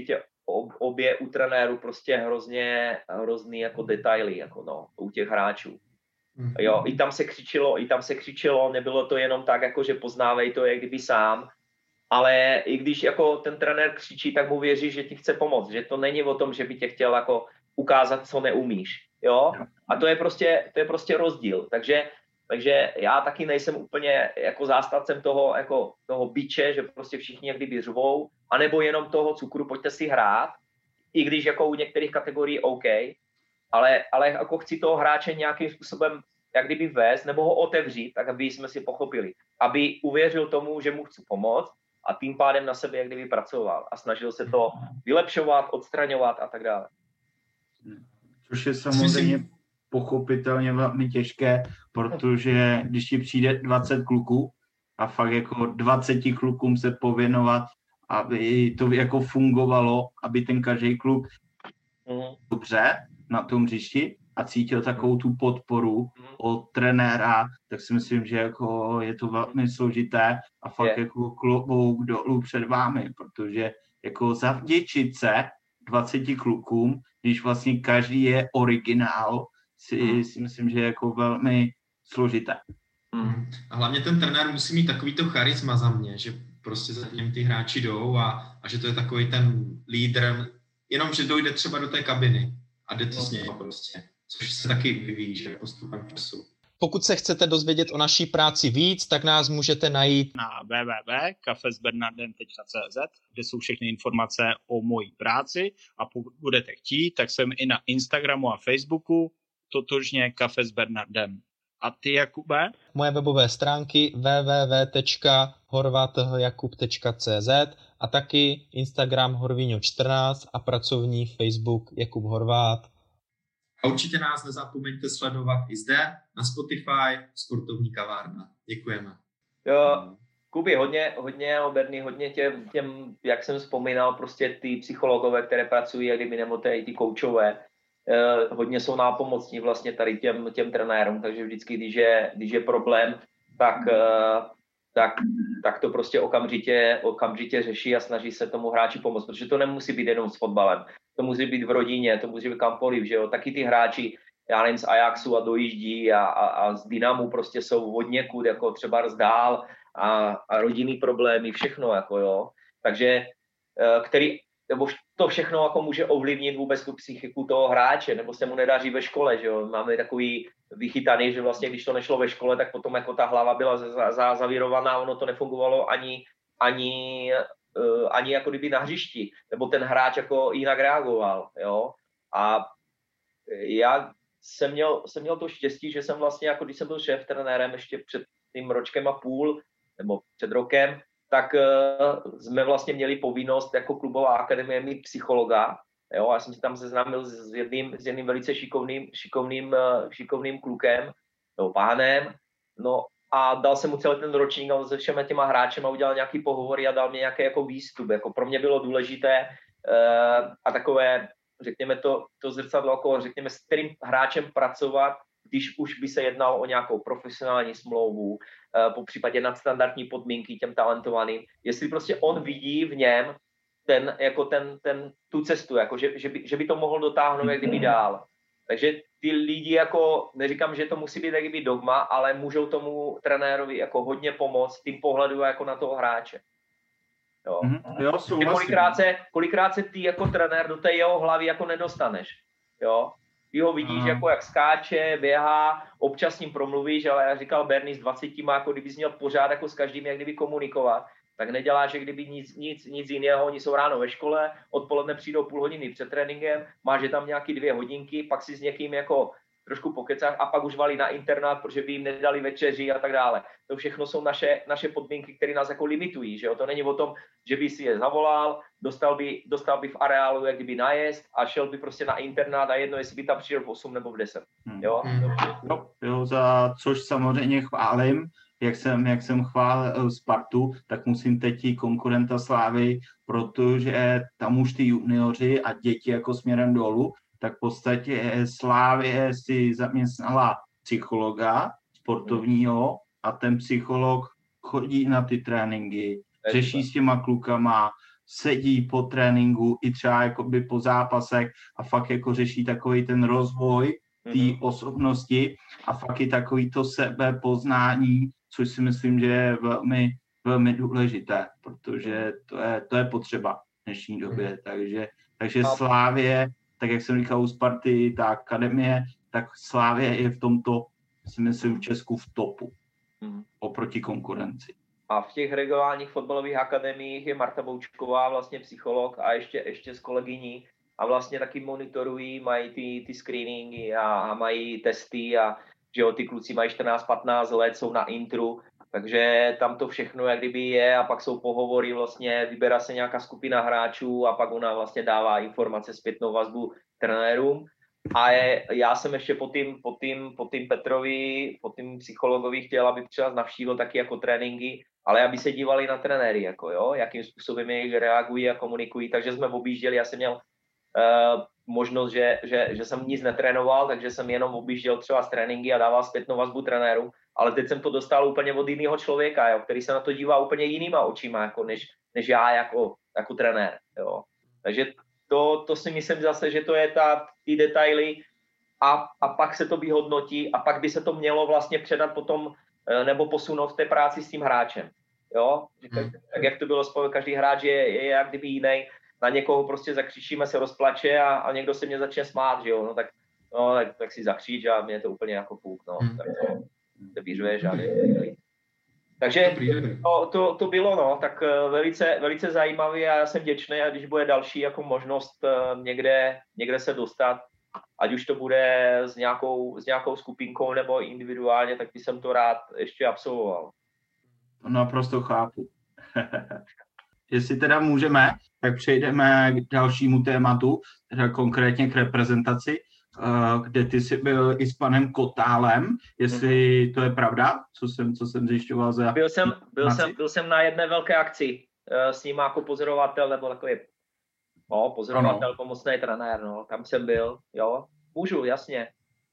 obě u trenérů prostě hrozný jako detaily jako no, u těch hráčů. Jo, i tam se křičelo, nebylo to jenom tak, jako že poznávej to jak kdyby sám, ale i když jako ten trenér křičí, tak mu věří, že ti chce pomoct, že to není o tom, že by tě chtěl jako ukázat, co neumíš, jo? A to je prostě rozdíl. Takže Takže já taky nejsem úplně jako zástavcem toho biče, že prostě všichni jak kdyby řvou, anebo jenom toho cukru, pojďte si hrát, i když jako u některých kategorií OK, ale jako chci toho hráče nějakým způsobem jak kdyby vést, nebo ho otevřít, tak aby jsme si pochopili, aby uvěřil tomu, že mu chci pomoct a tím pádem na sebe jak kdyby pracoval a snažil se to vylepšovat, odstraňovat a tak dále. Což je samozřejmě pochopitelně velmi těžké, protože když ti přijde 20 kluků a fakt jako 20 klukům se pověnovat, aby to jako fungovalo, aby ten každý kluk dobře na tom hřišti a cítil takovou tu podporu od trenéra, tak si myslím, že jako je to velmi složité a fakt jako klobouk dolů před vámi, protože jako zavděčit se 20 klukům, když vlastně každý je originál, si myslím, že je jako velmi složité. A hlavně ten trenér musí mít takovýto charisma za mě, že prostě za ním ty hráči jdou a že to je takový ten lídr, jenom že dojde třeba do té kabiny a jde to s ním prostě, což se taky vyvíjí, že postupem času. Pokud se chcete dozvědět o naší práci víc, tak nás můžete najít na www.cafesbernardem.cz, kde jsou všechny informace o mojí práci a pokud budete chtít, tak jsem i na Instagramu a Facebooku, totožně Kafe s Bernardem. A ty, Jakube? Moje webové stránky www.horvatjakub.cz a taky Instagram Horvíňo14 a pracovní Facebook Jakub Horvát. A určitě nás nezapomeňte sledovat i zde na Spotify Sportovní kavárna. Děkujeme. Jo, Kuby, hodně, Berny, hodně těm, jak jsem vzpomínal, prostě ty psychologové, které pracují, jak kdyby nebo ty koučové, hodně jsou nápomocní vlastně tady těm trenérům, takže vždycky, když je problém, tak to prostě okamžitě řeší a snaží se tomu hráči pomoct, protože to nemusí být jenom s fotbalem, to musí být v rodině, to musí být kamkoliv, že jo, taky ty hráči, já nevím, z Ajaxu a dojíždí a z Dynamu prostě jsou od někud, jako třeba zdál a rodinný problémy, všechno, jako jo, takže nebo to všechno jako může ovlivnit vůbec tu psychiku toho hráče, nebo se mu nedaří ve škole, že jo, máme takový vychytaný, že vlastně když to nešlo ve škole, tak potom jako ta hlava byla zavírovaná, ono to nefungovalo ani jako kdyby na hřišti, nebo ten hráč jako jinak reagoval, jo, a já jsem měl to štěstí, že jsem vlastně, jako když jsem byl šéftrenérem ještě před tím ročkem a půl, nebo před rokem, tak jsme vlastně měli povinnost jako klubová akademie mít psychologa. Jo, já jsem se tam seznámil s jedným velice šikovným klukem, nebo pánem, no a dal jsem mu celý ten ročník a se všemi těma hráčema udělal nějaký pohovory a dal mě nějaký jako výstup. Jako pro mě bylo důležité a takové, řekněme to zrcadlo, řekněme s kterým hráčem pracovat, když už by se jednalo o nějakou profesionální smlouvu, po případě nadstandardní podmínky těm talentovaným, jestli prostě on vidí v něm tu cestu, jako že by to mohl dotáhnout jak kdyby dál. Takže ty lidi, jako neříkám, že to musí být jak kdyby dogma, ale můžou tomu trenérovi jako hodně pomoct tím pohledu jako na toho hráče. Jo. Kolikrát se ty jako trenér do té jeho hlavy jako nedostaneš. Jo. Ty ho vidíš, jako jak skáče, běhá, občas s ním promluvíš, ale jak říkal Bernie, s 20 má, jako kdybys měl pořád jako s každým, jak kdyby komunikovat, tak neděláš, jak kdyby nic jiného, oni jsou ráno ve škole, odpoledne přijdou půl hodiny před tréninkem, máš je tam nějaký 2 hodinky, pak si s někým jako trošku pokecáš a pak už valí na internát, protože by jim nedali večeři a tak dále. To všechno jsou naše podmínky, které nás jako limitují, že jo? To není o tom, že by si je zavolal, dostal by v areálu jak kdyby nájezd a šel by prostě na internát a jedno, jestli by tam přijel v 8 nebo v 10. Jo? Jo, za což samozřejmě chválím. Jak jsem chválil Spartu, tak musím teď i konkurenta Slávy, protože tam už ty junioři a děti jako směrem dolů, tak v podstatě Slávě si zaměstnala psychologa sportovního a ten psycholog chodí na ty tréninky, řeší s těma klukama, sedí po tréninku i třeba jakoby po zápasech a fakt jako řeší takový ten rozvoj té osobnosti a fakt i takový to sebepoznání, což si myslím, že je velmi, velmi důležité, protože to je potřeba v dnešní době. Takže Slávě, tak jak jsem říkal u Sparty, ta akademie, tak Slávě je v tomto si myslím v Česku v topu oproti konkurenci. A v těch regionálních fotbalových akademiích je Marta Boučková, vlastně psycholog a ještě s kolegyní a vlastně taky monitorují, mají ty screeningy a mají testy a že jo, ty kluci mají 14-15 let, jsou na intru, takže tam to všechno jak kdyby je a pak jsou pohovory, vlastně vybírá se nějaká skupina hráčů a pak ona vlastně dává informace, zpětnou vazbu trenérům. A já jsem ještě po tým Petrovi, po tým psychologovi chtěl, aby třeba navštívil taky jako tréninky, ale aby se dívali na trenéry, jako jo, jakým způsobem jejich reagují a komunikují, takže jsme objížděli, já jsem měl možnost, že jsem nic netrénoval, takže jsem jenom objížděl třeba z tréninky a dával zpětnou vazbu trenérům, ale teď jsem to dostal úplně od jiného člověka, jo, který se na to dívá úplně jinýma očima, jako než já jako trenér, jo. Takže to si myslím zase, že to je ty detaily a pak se to vyhodnotí a pak by se to mělo vlastně předat potom nebo posunout v té práci s tím hráčem. Jo? Tak jak to bylo spolu, každý hráč je jak kdyby jiný, na někoho prostě zakřičíme, se rozplače a někdo se mě začne smát, že jo, tak si zakřič a mě to úplně jako půk, no. Tak to vyřuješ a takže to bylo, no, tak velice zajímavé a já jsem vděčný, a když bude další jako možnost někde se dostat, ať už to bude s nějakou skupinkou nebo individuálně, tak bych jsem to rád ještě absolvoval. Naprosto chápu. Jestli teda můžeme, tak přejdeme k dalšímu tématu, teda konkrétně k reprezentaci, kde ty jsi byl i s panem Kotálem, jestli to je pravda, co jsem zjišťoval za... Byl jsem na jedné velké akci s ním jako pozorovatel, nebo takový pozorovatel, pomocný trenér, no, tam jsem byl, jo, můžu, jasně.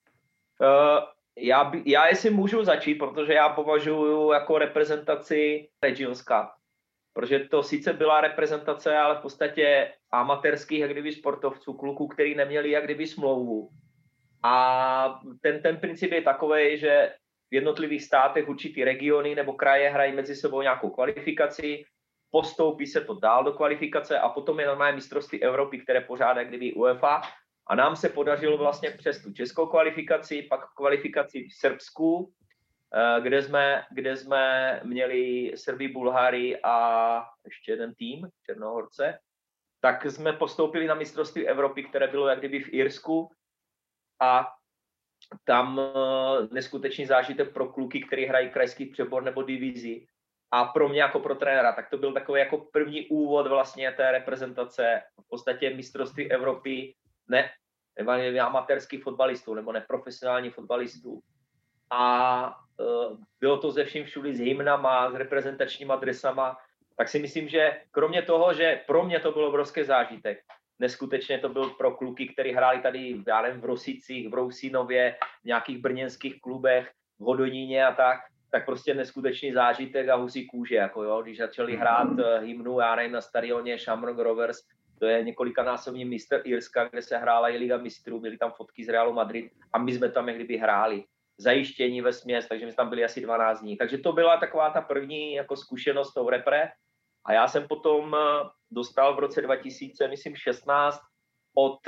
Já jestli můžu začít, protože já považuji jako reprezentaci Regions Cup, protože to sice byla reprezentace, ale v podstatě amatérských jak kdyby sportovců, kluků, který neměli jak kdyby smlouvu. A ten princip je takový, že v jednotlivých státech určitý regiony nebo kraje hrají mezi sebou nějakou kvalifikaci, postoupí se to dál do kvalifikace a potom je normálně mistrovství Evropy, které pořádá kdyby UEFA. A nám se podařilo vlastně přes tu českou kvalifikaci, pak kvalifikaci v Srbsku, kde jsme měli Srby, Bulháry a ještě jeden tým, Černohorce, tak jsme postoupili na mistrovství Evropy, které bylo jak kdyby v Irsku a tam neskutečný zážitek pro kluky, kteří hrají krajský přebor nebo divizi a pro mě jako pro trenéra, tak to byl takový jako první úvod vlastně té reprezentace, v podstatě mistrovství Evropy, ne amatérských fotbalistů nebo neprofesionálních fotbalistů. A bylo to ze vším všudy s hymnama, s reprezentačníma dresama, tak si myslím, že kromě toho, že pro mě to byl obrovský zážitek, neskutečně to byl pro kluky, kteří hráli tady v Rosicích, v Rousínově, v nějakých brněnských klubech, v Hodoníně a tak prostě neskutečný zážitek a husí kůže, jako jo, když začali hrát hymnu, já nevím, na stadioně Shamrock Rovers, to je několikanásobný mistr Irska, kde se hrála i Liga mistrů, byly tam fotky z Realu Madrid a my jsme tam kdyby hráli. Zajištění vesměs, takže my tam byli asi 12 dní. Takže to byla taková ta první jako zkušenost tou repre. A já jsem potom dostal v roce 2016 od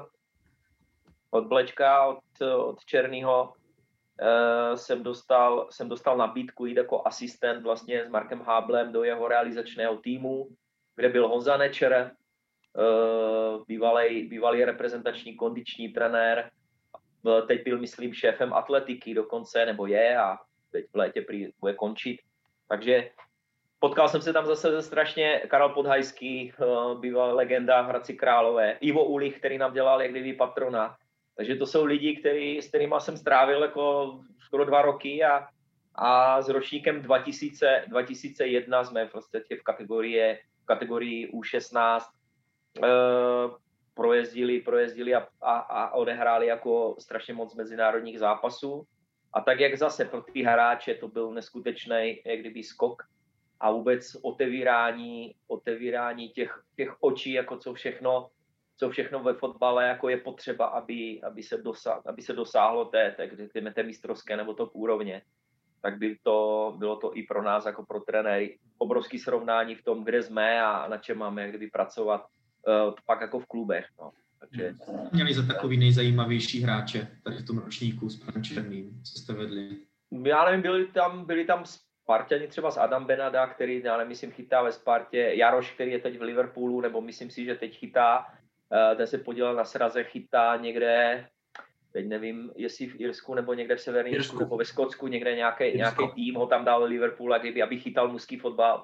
Blečka, od Černýho, jsem dostal nabídku jít jako asistent vlastně s Markem Háblem do jeho realizačného týmu, kde byl Honza Nečer, bývalý reprezentační kondiční trenér, teď byl, myslím, šéfem atletiky dokonce, nebo je a teď v létě bude končit. Takže potkal jsem se tam zase ze strašně Karel Podhajský, bývalá legenda v Hradci Králové, Ivo Ulich, který nám dělal jak kdyby patrona. Takže to jsou lidi, s kterými jsem strávil jako skoro 2 roky a s ročníkem 2001 jsme v podstatě v kategorii U16 projezdili a odehráli jako strašně moc mezinárodních zápasů. A tak jak zase pro ty hráče to byl neskutečný jak kdyby skok a vůbec otevírání těch očí, jako co všechno ve fotbale jako je potřeba, aby se dosáhlo té mistrovské nebo top úrovně. Tak bylo to i pro nás jako pro trenéry obrovský srovnání v tom, kde jsme a na čem máme jak kdyby pracovat pak jako v klubech. No. Takže... Měli za takový nejzajímavější hráče tady v tom ročníku s panem Černým, co jste vedli? Já nevím, byli tam Sparťani třeba s Adam Benada, který, já nemyslím, chytá ve Spartě, Jaroš, který je teď v Liverpoolu, nebo myslím si, že teď chytá, ten se podílel na sraze, chytá někde, teď nevím, jestli v Irsku, nebo někde v Severním Irsku, nebo ve Skotsku, někde nějaký tým ho tam dal Liverpool, aby chytal mužský fotbal.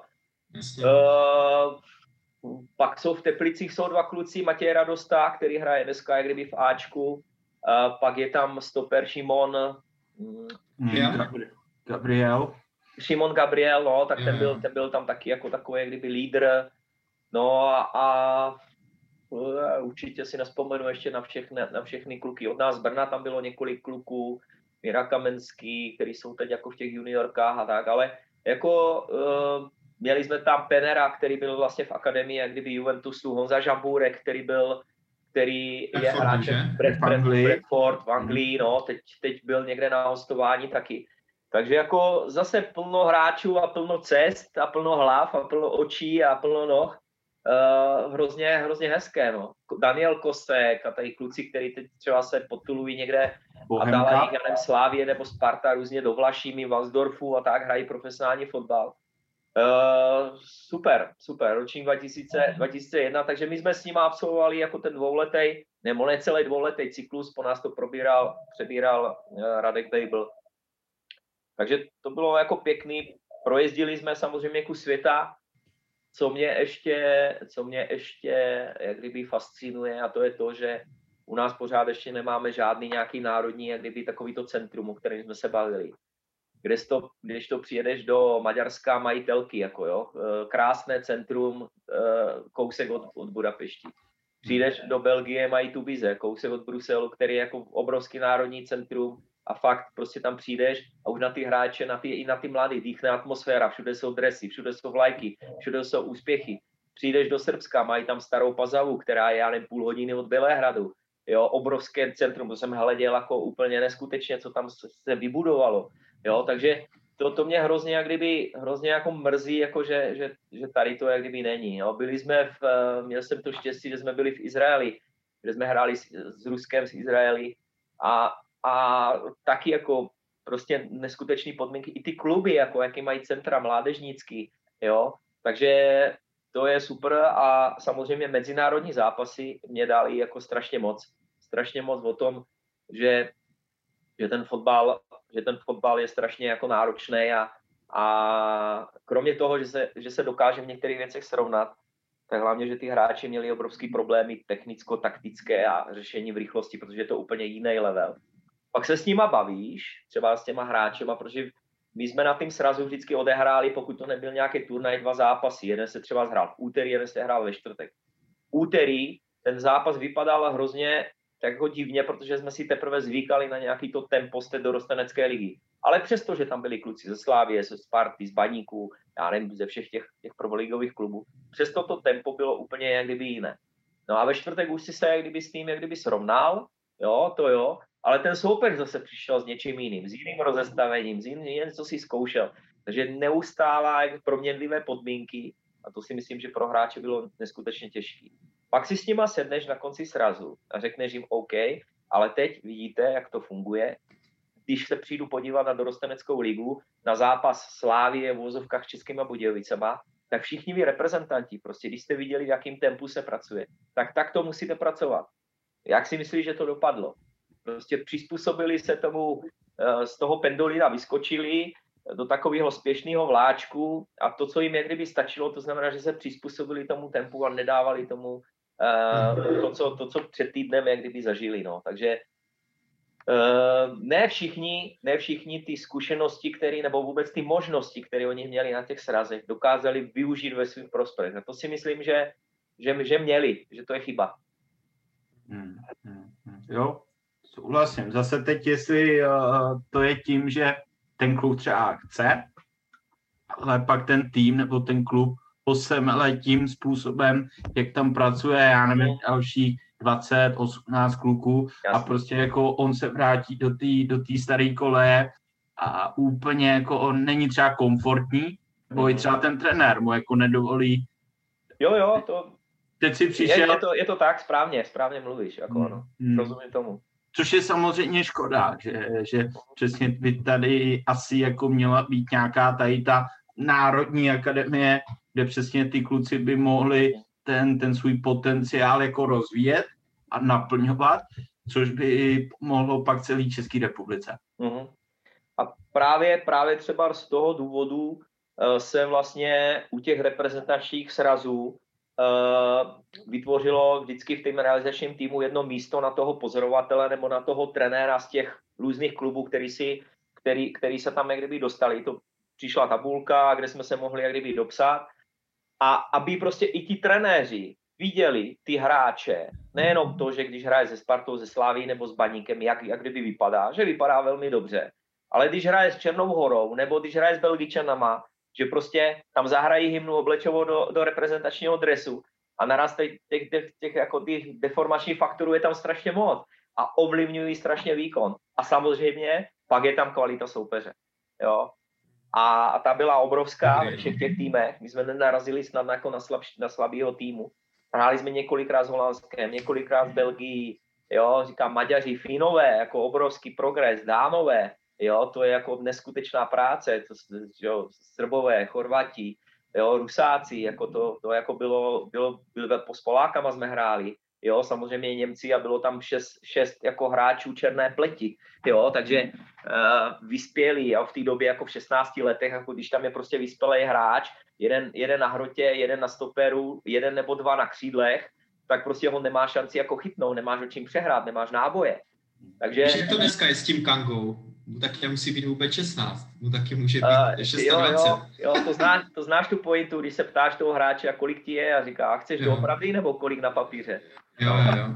Pak jsou v Teplicích dva kluci, Matěj Radosta, který hraje dneska jak kdyby v Ačku, pak je tam stoper Šimon Gabriel, no, tak ten byl tam taky jako takový jak kdyby lídr, no a určitě si nespomenu ještě na všechny kluky. Od nás z Brna tam bylo několik kluků, Míra Kamenský, který jsou teď jako v těch juniorkách a tak, ale jako měli jsme tam Penera, který byl vlastně v akademii jak kdyby Juventusu, Honza Žambůrek, který je hráčem Bradford v Anglii, no, teď byl někde na hostování taky. Takže jako zase plno hráčů a plno cest a plno hlav a plno očí a plno noh. Hrozně hezké, no. Daniel Kosek a tady kluci, kteří teď třeba se potulují někde Bohemka. A dávají Slávě nebo Sparta různě do Vlašimi, Valsdorfu a tak hrají profesionální fotbal. Super, ročník 2001, takže my jsme s nimi absolvovali jako ten dvouletý, nebo ne celý dvouletý cyklus, po nás to přebíral Radek Bejbl. Takže to bylo jako pěkný, projezdili jsme samozřejmě kus světa, co mě ještě jak kdyby fascinuje, a to je to, že u nás pořád ještě nemáme žádný nějaký národní, jak kdyby takovýto centrum, o kterém jsme se bavili. Když to přijedeš do Maďarska, mají Telky, jako jo, krásné centrum, kousek od Budapešti. Přijdeš do Belgie, mají Tubize, kousek od Bruselu, který je jako obrovský národní centrum a fakt prostě tam přijdeš a už na ty hráče, i na ty mladý, dýchne atmosféra, všude jsou dresy, všude jsou vlajky, všude jsou úspěchy. Přijdeš do Srbska, mají tam Starou Pazavu, která je, já nevím, půl hodiny od Bělehradu. Jo, obrovské centrum, to jsem hleděl jako úplně neskutečně, co tam se vybudovalo. Jo, takže to mě hrozně jako mrzí, jako že tady to jak kdyby není. Jo. Měl jsem to štěstí, že jsme byli v Izraeli, kde jsme hráli s Ruskem z Izraeli a taky jako prostě neskutečné podmínky. I ty kluby, jako jaký mají centra mládežnícky, jo. Takže to je super a samozřejmě mezinárodní zápasy mě dali jako strašně moc o tom, že ten fotbal je strašně jako náročný a kromě toho, že se dokáže v některých věcech srovnat, tak hlavně, že ty hráči měli obrovský problémy technicko-taktické a řešení v rychlosti, protože je to úplně jiný level. Pak se s nima bavíš, třeba s těma hráčema, protože my jsme na tým srazu vždycky odehráli, pokud to nebyl nějaký turnaj, 2 zápasy. Jeden se třeba hrál v úterý, jeden se hrál ve čtvrtek. Úterý ten zápas vypadal hrozně tak jako divně, protože jsme si teprve zvykali na nějaký to tempo z té dorostenecké ligy. Ale přesto, že tam byli kluci ze Slávie, ze Sparty, z Baníku, já nevím, ze všech těch prvoligových klubů, přesto to tempo bylo úplně jak kdyby jiné. No a ve čtvrtek už si se jak kdyby s tím jak kdyby srovnal, jo, ale ten soupeř zase přišel s něčím jiným, s jiným rozestavením, s jiným, co si zkoušel. Takže neustálá proměnlivé podmínky a to si myslím, že pro hráče bylo neskutečně těžké. Pak si s nima sedneš na konci srazu a řekneš jim OK, ale teď vidíte, jak to funguje. Když se přijdu podívat na dorosteneckou ligu, na zápas Slávie v vozovkách s Českýma Budějovicema, tak všichni vy reprezentanti, prostě když jste viděli, v jakým tempu se pracuje, tak to musíte pracovat. Jak si myslíš, že to dopadlo? Prostě přizpůsobili se tomu, z toho pendolina vyskočili do takového spěšného vláčku a to, co jim jak kdyby stačilo, to znamená, že se přizpůsobili tomu tempu a nedávali tomu to, co před týdnem jak kdyby zažili. No. Takže ne všichni ty zkušenosti, nebo vůbec ty možnosti, které oni měli na těch srazech, dokázali využít ve svých prospěch. A to si myslím, že měli, že to je chyba. Jo, souhlasím. Zase teď, jestli to je tím, že ten klub třeba chce, ale pak ten tým nebo ten klub posemele tím způsobem, jak tam pracuje, já nevím, další 20, 18 kluků. Jasně. A prostě jako on se vrátí do té staré koleje a úplně jako on není třeba komfortní, nebo i třeba ten trenér mu jako nedovolí. Jo, teď si přišel... Je to tak, správně mluvíš, jako ano, rozumím tomu. Což je samozřejmě škoda, že přesně by tady asi jako měla být nějaká tady ta národní akademie, kde přesně ty kluci by mohli ten svůj potenciál jako rozvíjet a naplňovat, což by mohlo pak celý České republice. A právě třeba z toho důvodu se vlastně u těch reprezentačních srazů vytvořilo vždycky v tom realizačním týmu jedno místo na toho pozorovatele nebo na toho trenéra z těch různých klubů, který se tam jak kdyby dostali. To přišla tabulka, kde jsme se mohli jak kdyby dopsat. A aby prostě i ti trenéři viděli ty hráče, nejenom to, že když hraje se Spartou, se Slaví nebo s Baníkem, jak kdyby vypadá, že vypadá velmi dobře. Ale když hraje s Černou Horou nebo když hraje s Belgičanama, že prostě tam zahrají hymnu oblečovou do reprezentačního dresu a naraz těch jako těch deformačních faktorů je tam strašně moc a ovlivňují strašně výkon. A samozřejmě pak je tam kvalita soupeře. Jo? A ta byla obrovská ve všech těch týmech. My jsme nenarazili snad jako na slabýho týmu. Hráli jsme několikrát s Holandskem, několikrát s Belgií, jo? Říkám Maďaři, Finové, jako obrovský progres, Dánové. Jo, to je jako neskutečná práce, jo, Srbové, Chorvati, jo, Rusáci, jako to jako bylo s Polákama jsme hráli, jo, samozřejmě Němci a bylo tam šest jako hráčů černé pleti, jo, takže vyspělí, jo, v té době jako v 16 letech, jako když tam je prostě vyspělý hráč, jeden na hrotě, jeden na stoperu, jeden nebo dva na křídlech, tak prostě ho nemá šanci jako chytnout, nemáš o čím přehrát, nemáš náboje. Takže... Jak to dneska je s tím Kangou? Mu taky nemusí být vůbec 16, mu taky může být 26. Jo, to znáš tu pointu, když se ptáš toho hráče, a kolik ti je, a říká, chceš doopravdy nebo kolik na papíře? Jo.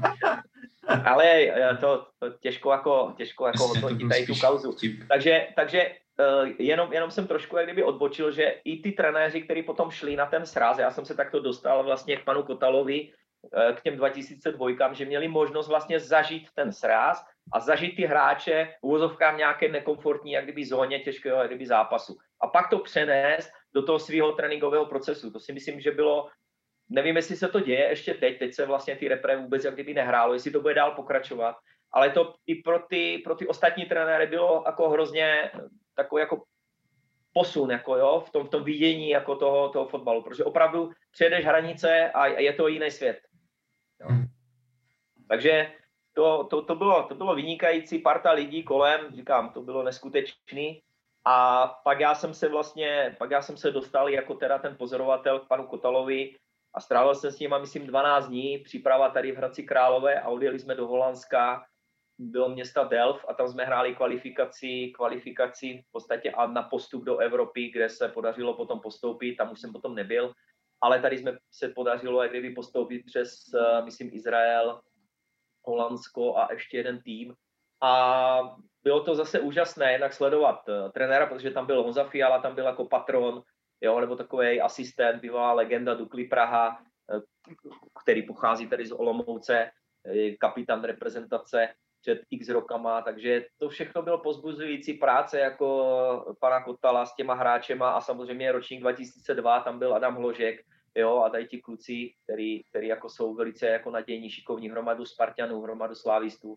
Ale to těžko hodnotit tady tu kauzu. Takže jenom jsem trošku jak kdyby odbočil, že i ty trenéři, kteří potom šli na ten sraz, já jsem se takto dostal vlastně k panu Kotalovi, k těm 2002, že měli možnost vlastně zažít ten sraz a zažít ty hráče v uvozovkách nějaké nekomfortní jak kdyby zóně těžkého jak kdyby zápasu. A pak to přenést do toho svého tréninkového procesu. To si myslím, že bylo, nevím, jestli se to děje ještě teď se vlastně ty repre vůbec jak kdyby nehrálo, jestli to bude dál pokračovat, ale to i pro ty ostatní trenéry bylo jako hrozně takový jako posun jako jo, v tom vidění jako toho fotbalu, protože opravdu přejedeš hranice a je to jiný svět. Jo. Takže to bylo vynikající, parta lidí kolem, říkám, to bylo neskutečný. A pak já jsem se dostal jako teda ten pozorovatel k panu Kotalovi a strávil jsem s ním, myslím, 12 dní, příprava tady v Hradci Králové a odjeli jsme do Holandska, do města Delft a tam jsme hráli kvalifikaci v podstatě a na postup do Evropy, kde se podařilo potom postoupit, tam už jsem potom nebyl, ale tady jsme se podařilo jak kdyby postoupit přes, myslím, Izrael, Holandsko a ještě jeden tým. A bylo to zase úžasné jednak sledovat trenéra, protože tam byl Honza Fiala, tam byl jako patron, jo, nebo takový asistent, bývalá legenda Dukly Praha, který pochází tady z Olomouce, kapitán reprezentace před x rokama, takže to všechno bylo povzbuzující práce jako pana Kotala s těma hráčema a samozřejmě ročník 2002, tam byl Adam Hložek, jo, a tady ti kluci, který jako jsou velice jako nadějní, šikovní, hromadu Spartanů, hromadu slávistů.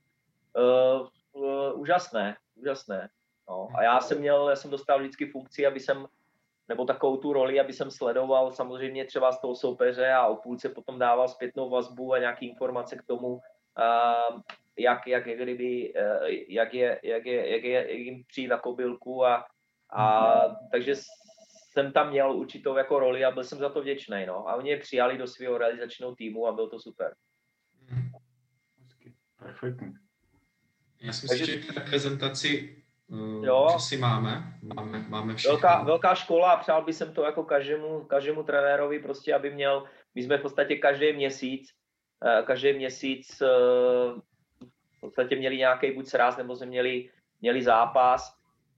Úžasné. No. A já jsem dostal vždycky funkci, nebo takovou tu roli, aby jsem sledoval samozřejmě třeba z toho soupeře a o půlce potom dával zpětnou vazbu a nějaké informace k tomu, jak jim přijít na kobylku a takže jsem tam měl určitou jako roli a byl jsem za to vděčný, no. A oni je přijali do svého realizačního týmu a byl to super. Perfektní. Já si myslím, že reprezentaci si máme všechno. Velká škola a přál bych jsem to jako každému trenérovi prostě, aby měl, my jsme v podstatě každý měsíc v podstatě měli nějaký buď sraz, nebo jsme měli zápas,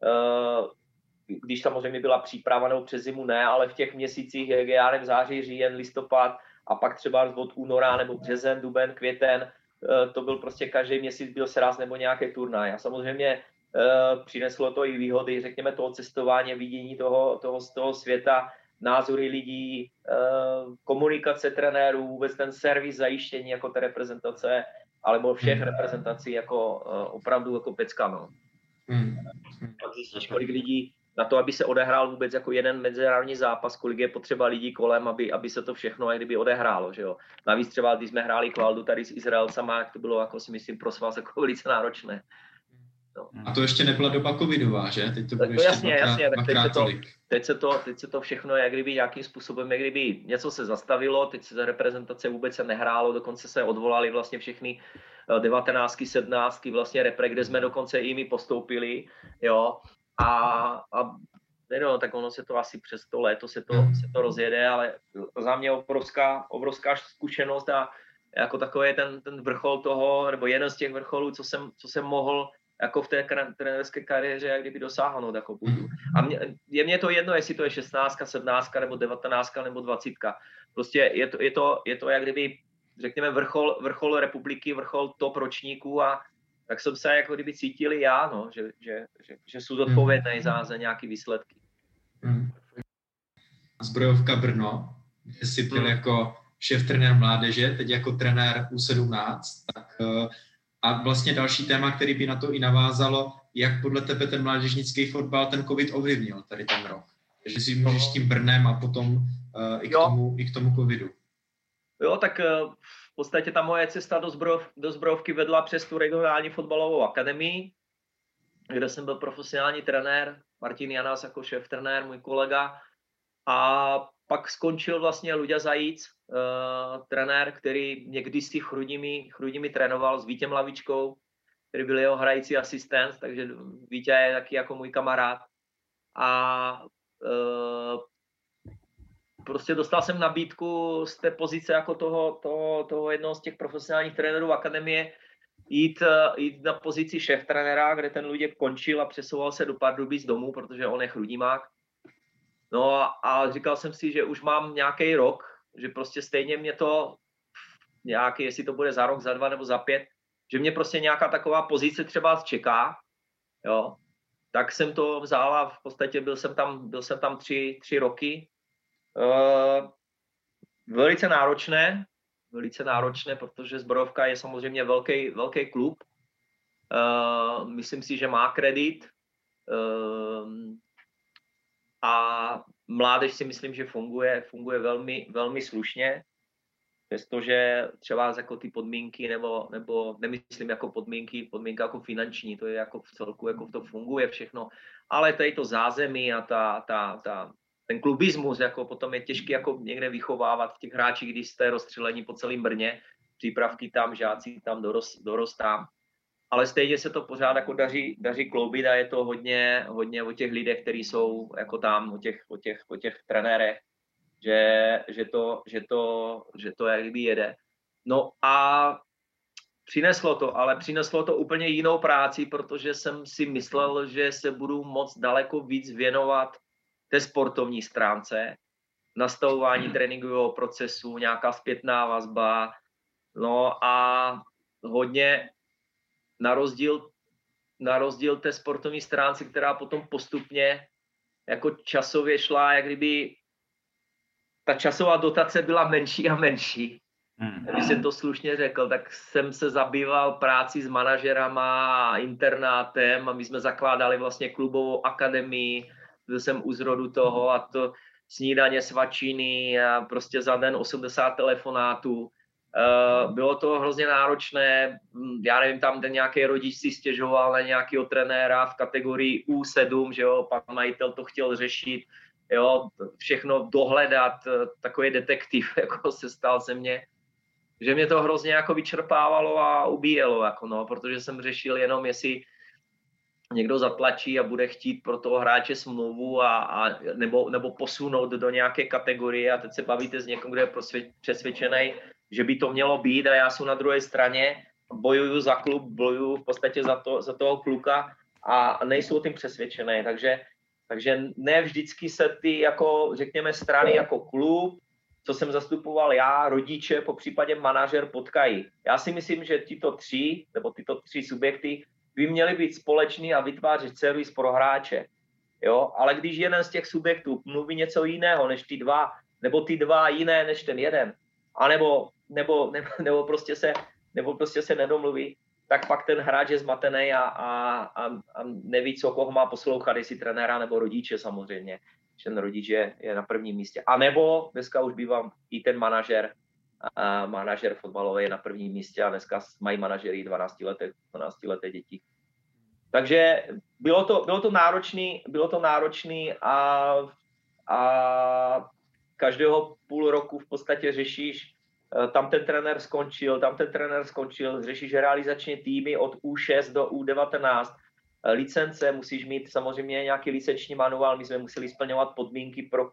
když samozřejmě byla příprava, nebo přes zimu ne, ale v těch měsících, jak já nevím, září, říjen, listopad a pak třeba od února nebo březen, duben, květen, to byl prostě každý měsíc byl sraz nebo nějaký turnaj. A samozřejmě přineslo to i výhody, řekněme, toho cestování, vidění toho světa, názory lidí, komunikace trenérů, vůbec ten servis zajištění jako té reprezentace, alebo všech reprezentací jako opravdu jako pecka, no. Pak zjistíš, kolik lidí na to, aby se odehrál vůbec jako jeden mezinárodní zápas, kolik je potřeba lidí kolem, aby se to všechno jak kdyby odehrálo, že jo. Navíc třeba, když jsme hráli Kvaldu tady s Izraelcama, jak to bylo, jako si myslím, pro vás jako velice náročné. No. A to ještě nebyla doba covidová, že? Teď to bude jasně, teď se to všechno jak kdyby nějakým způsobem, jak kdyby něco se zastavilo, teď se reprezentace vůbec se nehrálo, dokonce se odvolali vlastně všechny 19, 17 vlastně repre, kde jsme dokonce i my postoupili, jo. A no, tak ono se to asi přes to léto se to rozjede, ale za mě obrovská zkušenost a jako takový ten vrchol toho, nebo jeden z těch vrcholů, co jsem mohl jako v té trenérské kariéře, jak kdyby dosáhnout jako budu. A je mně to jedno, jestli to je 16, 17, nebo 19, nebo 20. Prostě je to jak kdyby, řekněme, vrchol republiky, vrchol top ročníků a tak jsem se jako kdyby cítil já, no, že jsou zodpovědný za nějaké výsledky. Zbrojovka Brno, kde jsi byl jako šéf-trenér mládeže, teď jako trenér U17, tak a vlastně další téma, který by na to i navázalo, jak podle tebe ten mládežnický fotbal ten covid ovlivnil tady ten rok. Takže si můžeš s tím Brnem a potom i k tomu covidu. Jo, tak v podstatě ta moje cesta do Zbrojovky vedla přes tu regionální fotbalovou akademii, kde jsem byl profesionální trenér, Martin Janás jako šéf-trenér, můj kolega. A pak skončil vlastně Luďa Zajíc, trenér, který někdy si Chrudimi trénoval s Vítěm Lavičkou, který byl jeho hrající asistent, takže Vítě je taky jako můj kamarád. A prostě dostal jsem nabídku z té pozice jako toho jednoho z těch profesionálních trenérů akademie jít na pozici šéf-trenéra, kde ten Luděk končil a přesouval se do Pardubic domů, protože on je chrudimák. No a říkal jsem si, že už mám nějaký rok, že prostě stejně mě to nějaký, jestli to bude za rok, za 2 nebo za 5, že mě prostě nějaká taková pozice třeba čeká, jo. Tak jsem to vzal a v podstatě byl jsem tam 3 roky. Velice náročné, protože Zbrojovka je samozřejmě velký klub. Myslím si, že má kredit. A mládež si myslím, že funguje velmi, velmi slušně, přestože třeba jako ty podmínky, nebo nemyslím jako podmínky jako finanční, to je jako v celku, jako to funguje všechno, ale tady to zázemí a ten klubismus, jako potom je těžké jako někde vychovávat v těch hráčích, když jste rozstřelení po celém Brně, přípravky tam, žáci tam dorostám. Ale stejně se to pořád jako daří kloubit a je to hodně o těch lidech, kteří jsou jako tam, o těch trenérech, že to jak kdyby jede. No a přineslo to úplně jinou práci, protože jsem si myslel, že se budu moc daleko víc věnovat té sportovní stránce, nastavování tréninkového procesu, nějaká zpětná vazba, no a hodně na rozdíl té sportovní stránce, která potom postupně jako časově šla, jak kdyby ta časová dotace byla menší a menší. Když jsem to slušně řekl, tak jsem se zabýval práci s manažerama a internátem a my jsme zakládali vlastně klubovou akademii, byl jsem u zrodu toho a to snídaně svačiny a prostě za den 80 telefonátů. Bylo to hrozně náročné, já nevím, tam ten nějaký rodič si stěžoval na nějakého trenéra v kategorii U7, že jo, pan majitel to chtěl řešit, jo, všechno dohledat, takový detektiv, jako se stal ze mě, že mě to hrozně jako vyčerpávalo a ubíjelo, jako no, protože jsem řešil jenom, jestli někdo zatlačí a bude chtít pro toho hráče smlouvu nebo posunout do nějaké kategorie a teď se bavíte s někým, kdo je přesvědčený, že by to mělo být a já jsem na druhé straně, bojuju za klub, bojuju v podstatě za toho kluka a nejsou tím přesvědčený, takže ne vždycky se ty, jako řekněme, strany jako klub, co jsem zastupoval já, rodiče, po případě manažer potkají. Já si myslím, že tyto tři subjekty by měly být společný a vytvářet servis pro hráče. Jo? Ale když jeden z těch subjektů mluví něco jiného než ty dva, nebo ty dva jiné než ten jeden, a nebo prostě se nedomluví, tak pak ten hráč je zmatený a neví, co koho má poslouchat, jestli trenéra nebo rodiče samozřejmě. Ten rodič je na prvním místě. A nebo dneska už bývám i ten manažer fotbalový je na prvním místě a dneska mají manažery 12leté děti. Takže bylo to náročný a každého půl roku v podstatě řešíš, tam ten trenér skončil, řešíš realizačně týmy od U6 do U19, licence, musíš mít samozřejmě nějaký licenční manuál, my jsme museli splňovat podmínky pro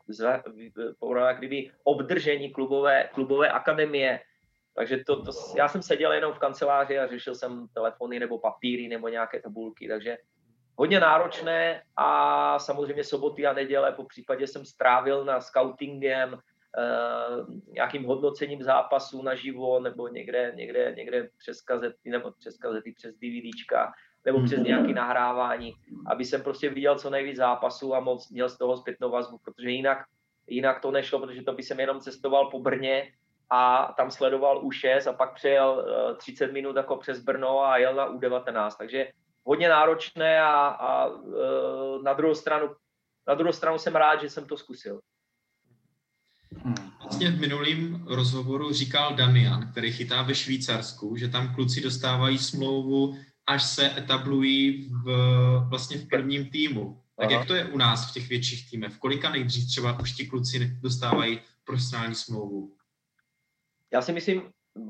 obdržení klubové akademie, takže já jsem seděl jenom v kanceláři a řešil jsem telefony nebo papíry nebo nějaké tabulky, takže hodně náročné a samozřejmě soboty a neděle po případě jsem strávil na scoutingem, nějakým hodnocením zápasů naživo nebo někde přes kazety, přes DVDčka nebo přes nějaké nahrávání, aby jsem prostě viděl co nejvíc zápasů a měl z toho zpětnou vazbu, protože jinak to nešlo, protože to by jsem jenom cestoval po Brně a tam sledoval U6 a pak přejel 30 minut jako přes Brno a jel na U19, takže hodně náročné a na druhou stranu jsem rád, že jsem to zkusil. Vlastně v minulým rozhovoru říkal Damian, který chytá ve Švýcarsku, že tam kluci dostávají smlouvu, až se etablují vlastně v prvním týmu. Tak jak to je u nás v těch větších týmech? V kolika nejdřív třeba už ti kluci dostávají profesionální smlouvu? Já si myslím,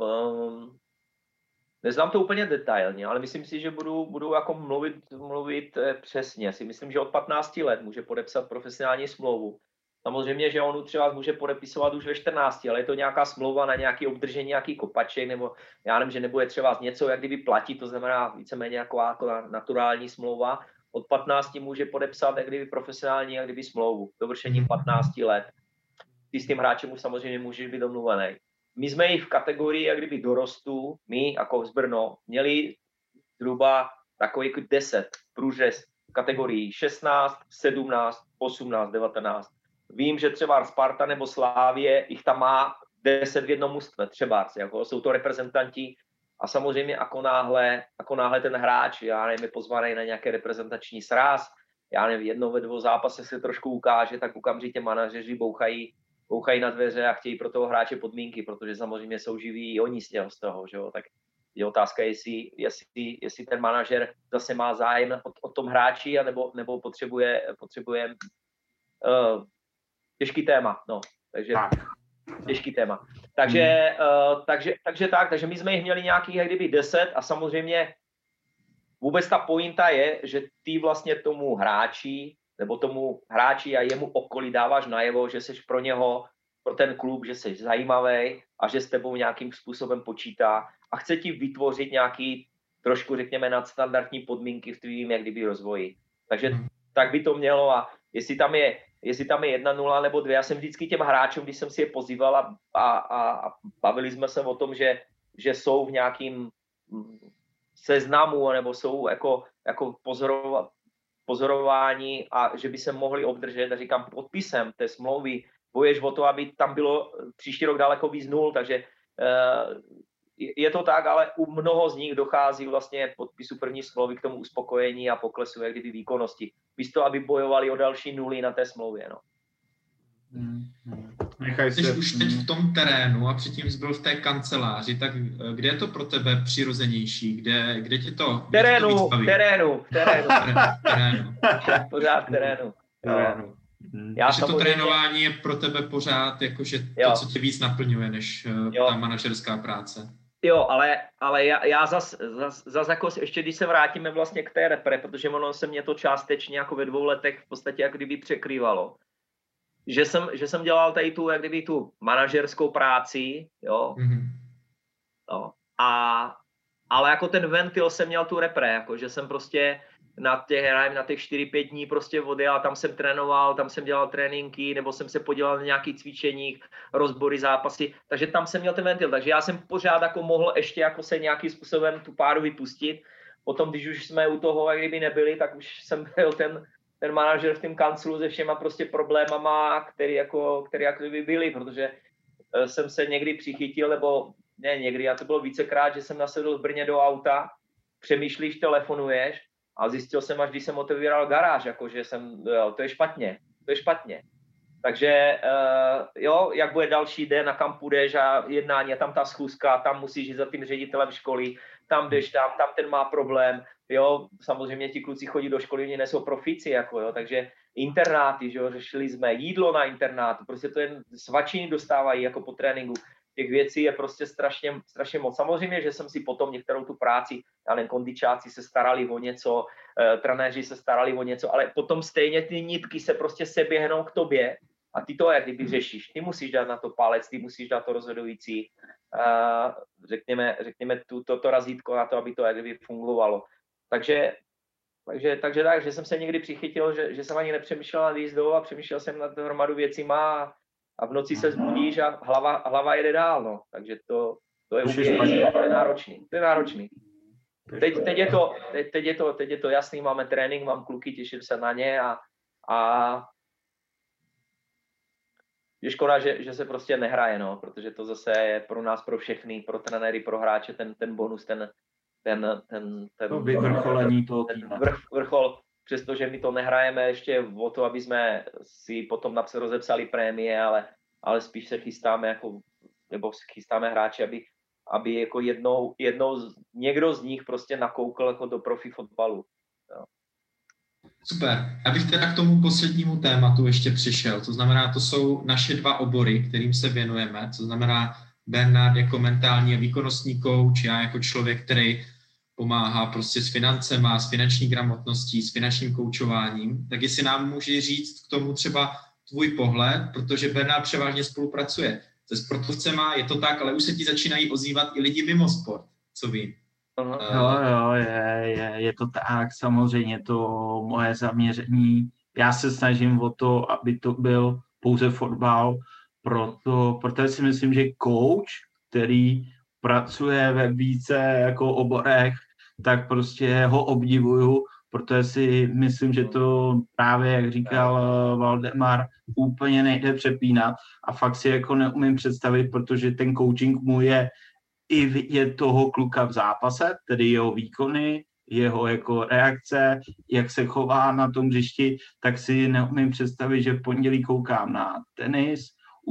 neznám to úplně detailně, ale myslím si, že budu jako mluvit přesně. Si myslím, že od 15 let může podepsat profesionální smlouvu. Samozřejmě, že on třeba může podepisovat už ve 14, ale je to nějaká smlouva na nějaké obdržení nějaký kopaček, nebo já nevím, že nebude třeba něco jak kdyby platit, to znamená víceméně jako naturální smlouva. Od 15 může podepsat jak kdyby profesionální jak kdyby smlouvu, dovršením 15 let. Ty s tím hráčem už samozřejmě můžeš být domluvený. My jsme i v kategorii jak kdyby dorostu, my jako z Brno, měli zhruba takový 10 průřez v kategorii 16, 17, 18, 19. Vím, že třeba Sparta nebo Slávie, jich tam má 10 v jednom mužstve, třeba, jako jsou to reprezentanti a samozřejmě jako náhle ten hráč, já nevím, je pozvaný na nějaké reprezentační sraz, já nevím, jednou ve dvou zápase se trošku ukáže, tak okamžitě manažeři bouchají na dveře a chtějí pro toho hráče podmínky, protože samozřejmě jsou živí i oni z toho, že jo, tak je otázka, jestli ten manažer zase má zájem o tom hráči, nebo potřebuje těžký téma, no, takže těžký téma. Takže my jsme jich měli nějakých jak kdyby 10 a samozřejmě vůbec ta pointa je, že ty vlastně tomu hráči a jemu okolí dáváš najevo, že seš pro něho, pro ten klub, že seš zajímavý a že s tebou nějakým způsobem počítá a chce ti vytvořit nějaký trošku, řekněme, nadstandardní podmínky v tvým jak kdyby rozvoji. Takže tak by to mělo a jestli tam je 1-0 nebo 2, já jsem vždycky těm hráčům, když jsem si je pozýval a bavili jsme se o tom, že jsou v nějakým seznamu nebo jsou jako pozorování a že by se mohli obdržet, a říkám, podpisem té smlouvy bojuješ o to, aby tam bylo příští rok daleko víc nul, takže je to tak, ale u mnoho z nich dochází vlastně podpisu první smlouvy k tomu uspokojení a poklesu jak kdyby výkonnosti. Místo, aby bojovali o další nuly na té smlouvě. No. Jsi už teď v tom terénu a předtím jsi byl v té kanceláři, tak kde je to pro tebe přirozenější? Kde tě to Terénu. Pořád terénu. Takže to trénování je pro tebe pořád jakože to, co tě víc naplňuje, než ta manažerská práce. Jo, ale já zas jako ještě když se vrátíme vlastně k té repre, protože ono se mě to částečně jako ve 2 letech v podstatě jak kdyby překrývalo. Že jsem dělal tady tu manažerskou práci, jo. No, ale jako ten ventil jsem měl tu repre, jako že jsem prostě na těch 4-5 dní prostě odjel, tam jsem trénoval, tam jsem dělal tréninky, nebo jsem se podílel na nějakých cvičeních, rozbory, zápasy, takže tam jsem měl ten ventil, takže já jsem pořád jako mohl ještě jako se nějakým způsobem tu páru vypustit. Potom, když už jsme u toho jak kdyby nebyli, tak už jsem byl ten manažer v tom kanclu se všema prostě problémama, který jako by byly, protože jsem se někdy přichytil, nebo ne někdy, a to bylo vícekrát, že jsem nasedl v Brně do auta, přemýšlíš, telefonuješ a zjistil jsem, až když jsem otevíral garáž, jako, že to je špatně. Takže jo, jak bude další den a kam půjdeš a jednání, a tam ta schůzka, tam musíš jít za tím ředitelem školy, tam jdeš tam ten má problém, jo, samozřejmě ti kluci chodí do školy, oni nejsou profíci, jako jo, takže internáty, že jo, řešili jsme jídlo na internátu, prostě to jen svačiny dostávají jako po tréninku, těch věcí je prostě strašně moc. Samozřejmě, že jsem si potom některou tu práci, já nevím, kondičáci se starali o něco, trenéři se starali o něco, ale potom stejně ty nitky se prostě seběhnou k tobě a ty to jak kdyby řešíš. Ty musíš dát na to palec, ty musíš dát to rozhodující, řekněme to razítko na to, aby to jak kdyby fungovalo. Takže jsem se někdy přichytil, že jsem ani nepřemýšlel nad jízdou a přemýšlel jsem nad hromadu věcima a v noci se zbudíš a hlava jede dál, no. Takže to je úplně náročný. Teď je to jasný, máme trénink, mám kluky, těším se na ně a je škoda, že se prostě nehraje, no, protože to zase je pro nás, pro všechny, pro trenéry, pro hráče ten bonus, ten vyvrcholení toho týmu. Vrchol, přestože my to nehrajeme ještě o to, aby jsme si potom rozepsali prémie, ale spíš se chystáme chystáme hráče, aby jako jednou někdo z nich prostě nakoukl jako do profi fotbalu. Jo. Super. Já bych teda k tomu poslednímu tématu ještě přišel. To znamená, to jsou naše 2 obory, kterým se věnujeme. To znamená Bernard jako mentální a výkonnostní coach, já jako člověk, který pomáhá prostě s financema, s finanční gramotností, s finančním koučováním. Tak jestli nám může říct k tomu třeba tvůj pohled, protože Bernard převážně spolupracuje se sportovcema, je to tak, ale už se ti začínají ozývat i lidi mimo sport, co vím. Jo, je to tak, samozřejmě to moje zaměření. Já se snažím o to, aby to byl pouze fotbal, protože si myslím, že coach, který pracuje ve více jako oborech, tak prostě ho obdivuju, protože si myslím, že to právě, jak říkal Valdemar, úplně nejde přepínat a fakt si jako neumím představit, protože ten coaching mu je i vidět toho kluka v zápase, tedy jeho výkony, jeho jako reakce, jak se chová na tom hřišti, tak si neumím představit, že v pondělí koukám na tenis,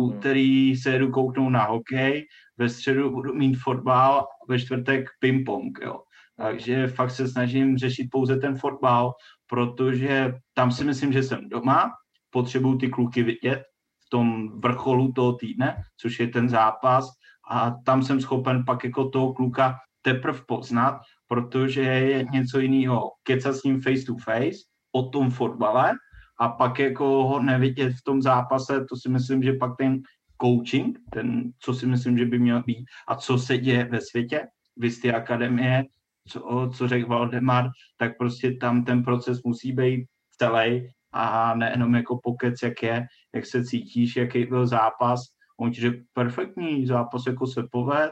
úterý se jedu kouknout na hokej, ve středu budu mít fotbal, ve čtvrtek ping-pong, jo. Takže fakt se snažím řešit pouze ten fotbal, protože tam si myslím, že jsem doma, potřebuju ty kluky vidět v tom vrcholu toho týdne, což je ten zápas, a tam jsem schopen pak jako toho kluka teprve poznat, protože je něco jiného kecat s ním face to face o tom fotbale a pak jako ho nevidět v tom zápase, to si myslím, že pak ten coaching, co si myslím, že by měl být a co se děje ve světě, v té akademie, co řekl Valdemar, tak prostě tam ten proces musí být celý a nejenom jako pokec, jak se cítíš, jaký byl zápas. On ti řekl, perfektní zápas, jako se poved,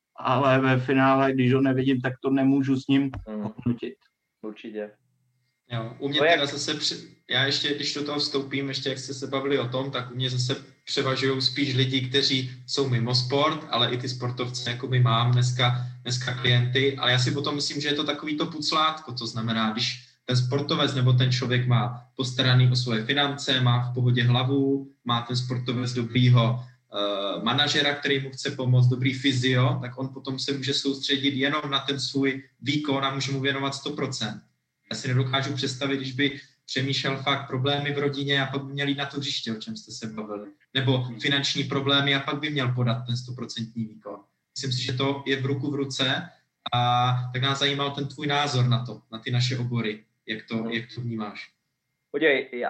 ale ve finále, když ho nevidím, tak to nemůžu s ním hodnotit. Určitě. Jo, u mě teda zase, já ještě, když do toho vstoupím, ještě jak jste se bavili o tom, tak u mě zase převažují spíš lidi, kteří jsou mimo sport, ale i ty sportovce, jako my mám dneska klienty, ale já si potom myslím, že je to takový to puclátko, to znamená, když ten sportovec nebo ten člověk má postaraný o svoje finance, má v pohodě hlavu, má ten sportovec dobrýho manažera, který mu chce pomoct, dobrý fyzio, tak on potom se může soustředit jenom na ten svůj výkon a může mu věnovat 100%. Já si nedokážu představit, když by přemýšlel fakt problémy v rodině a pak by měl jít na to hřiště, o čem jste se bavili. Nebo finanční problémy a pak by měl podat ten 100% výkon. Myslím si, že to je v ruku v ruce a tak nás zajímal ten tvůj názor na to, na ty naše obory. Jak to vnímáš? Podívej,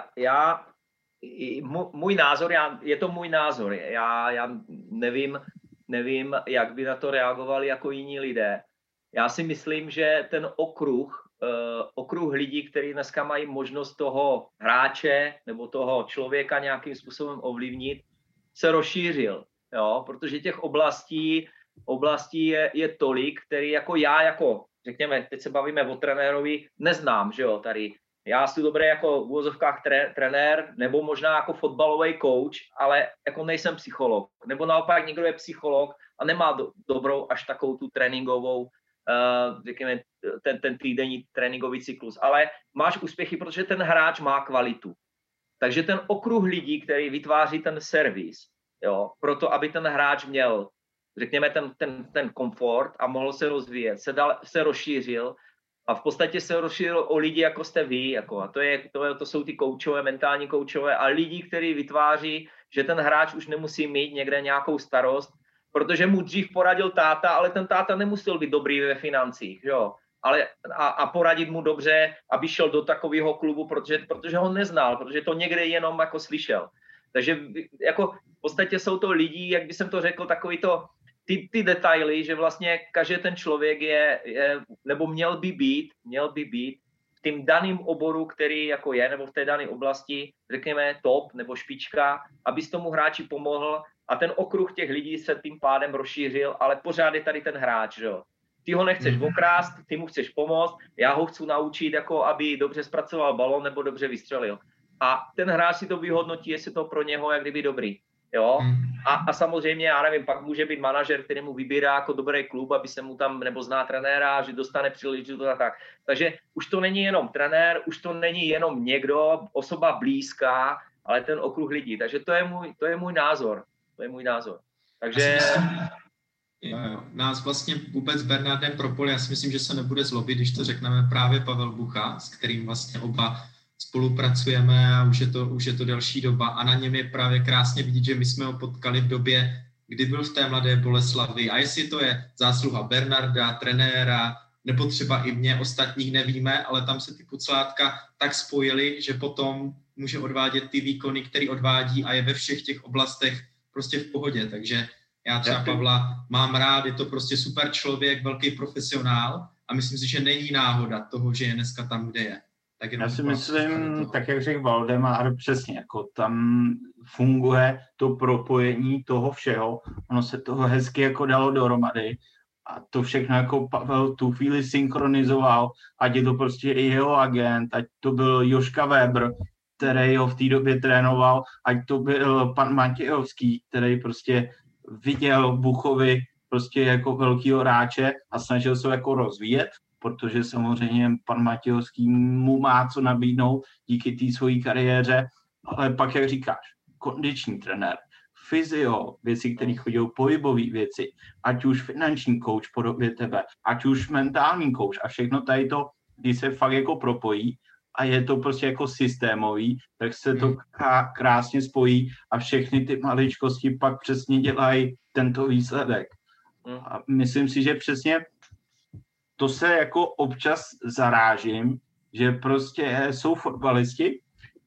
můj názor, je to můj názor. Já nevím, jak by na to reagovali jako jiní lidé. Já si myslím, že ten okruh lidí, kteří dneska mají možnost toho hráče nebo toho člověka nějakým způsobem ovlivnit, se rozšířil. Jo? Protože těch oblastí je tolik, který jako řekněme, teď se bavíme o trenérovi, neznám, že jo, tady já jsem dobrý jako v uvozovkách trenér, nebo možná jako fotbalový coach, ale jako nejsem psycholog. Nebo naopak někdo je psycholog a nemá dobrou až takovou tu tréninkovou, řekněme, ten týdenní tréninkový cyklus. Ale máš úspěchy, protože ten hráč má kvalitu. Takže ten okruh lidí, který vytváří ten servis, jo, proto aby ten hráč měl, řekněme, ten komfort a mohl se rozvíjet, se rozšířil a v podstatě se rozšířil o lidi, jako jste vy, jako, a to jsou ty koučové, mentální koučové a lidi, kteří vytváří, že ten hráč už nemusí mít někde nějakou starost, protože mu dřív poradil táta, ale ten táta nemusel být dobrý ve financích, jo. Ale a poradit mu dobře, aby šel do takového klubu, protože ho neznal, protože to někde jenom jako slyšel. Takže jako v podstatě jsou to lidi, jak by jsem to řekl, takový to, ty detaily, že vlastně každý ten člověk je nebo měl by být v tím daným oboru, který jako je, nebo v té dané oblasti, řekněme top nebo špička, aby s tomu hráči pomohl a ten okruh těch lidí se tím pádem rozšířil, ale pořád je tady ten hráč, jo. Ty ho nechceš okrást, ty mu chceš pomoct, já ho chci naučit, jako aby dobře zpracoval balón nebo dobře vystřelil. A ten hráč si to vyhodnotí, jestli to pro něho jak kdyby dobrý. Jo? A samozřejmě, já nevím, pak může být manažer, který mu vybírá jako dobrý klub, aby se mu tam, nebo zná trenéra, že dostane příležitost a tak. Takže už to není jenom trenér, už to není jenom někdo, osoba blízká, ale ten okruh lidí. Takže to je můj názor. To je můj názor. Takže... Jo. Nás vlastně vůbec Bernardem propol, já si myslím, že se nebude zlobit, když to řekneme právě Pavel Bucha, s kterým vlastně oba spolupracujeme a už je to delší doba a na něm je právě krásně vidět, že my jsme ho potkali v době, kdy byl v té Mladé Boleslavi a jestli to je zásluha Bernarda, trenéra, nebo třeba i mě, ostatních nevíme, ale tam se ty puclátka tak spojily, že potom může odvádět ty výkony, který odvádí a je ve všech těch oblastech prostě v pohodě, takže já třeba Pavla mám rád, je to prostě super člověk, velký profesionál a myslím si, že není náhoda toho, že je dneska tam, kde je. Tak já si myslím, tak jak řekl Valdemar, přesně, jako tam funguje to propojení toho všeho, ono se toho hezky jako dalo dohromady a to všechno jako Pavel tu chvíli synchronizoval, ať je to prostě i jeho agent, ať to byl Joška Weber, který ho v té době trénoval, ať to byl pan Matějovský, který prostě viděl Buchovi prostě jako velkýho hráče a snažil se jako rozvíjet, protože samozřejmě pan Matějovský mu má co nabídnout díky té své kariéře, ale pak, jak říkáš, kondiční trenér, fyzio, věci, které chodí, pohybové věci, ať už finanční coach po době tebe, ať už mentální coach a všechno tady to, když se fakt jako propojí a je to prostě jako systémový, tak se to krásně spojí a všechny ty maličkosti pak přesně dělají tento výsledek. A myslím si, že přesně to se jako občas zarážím, že prostě jsou fotbalisti,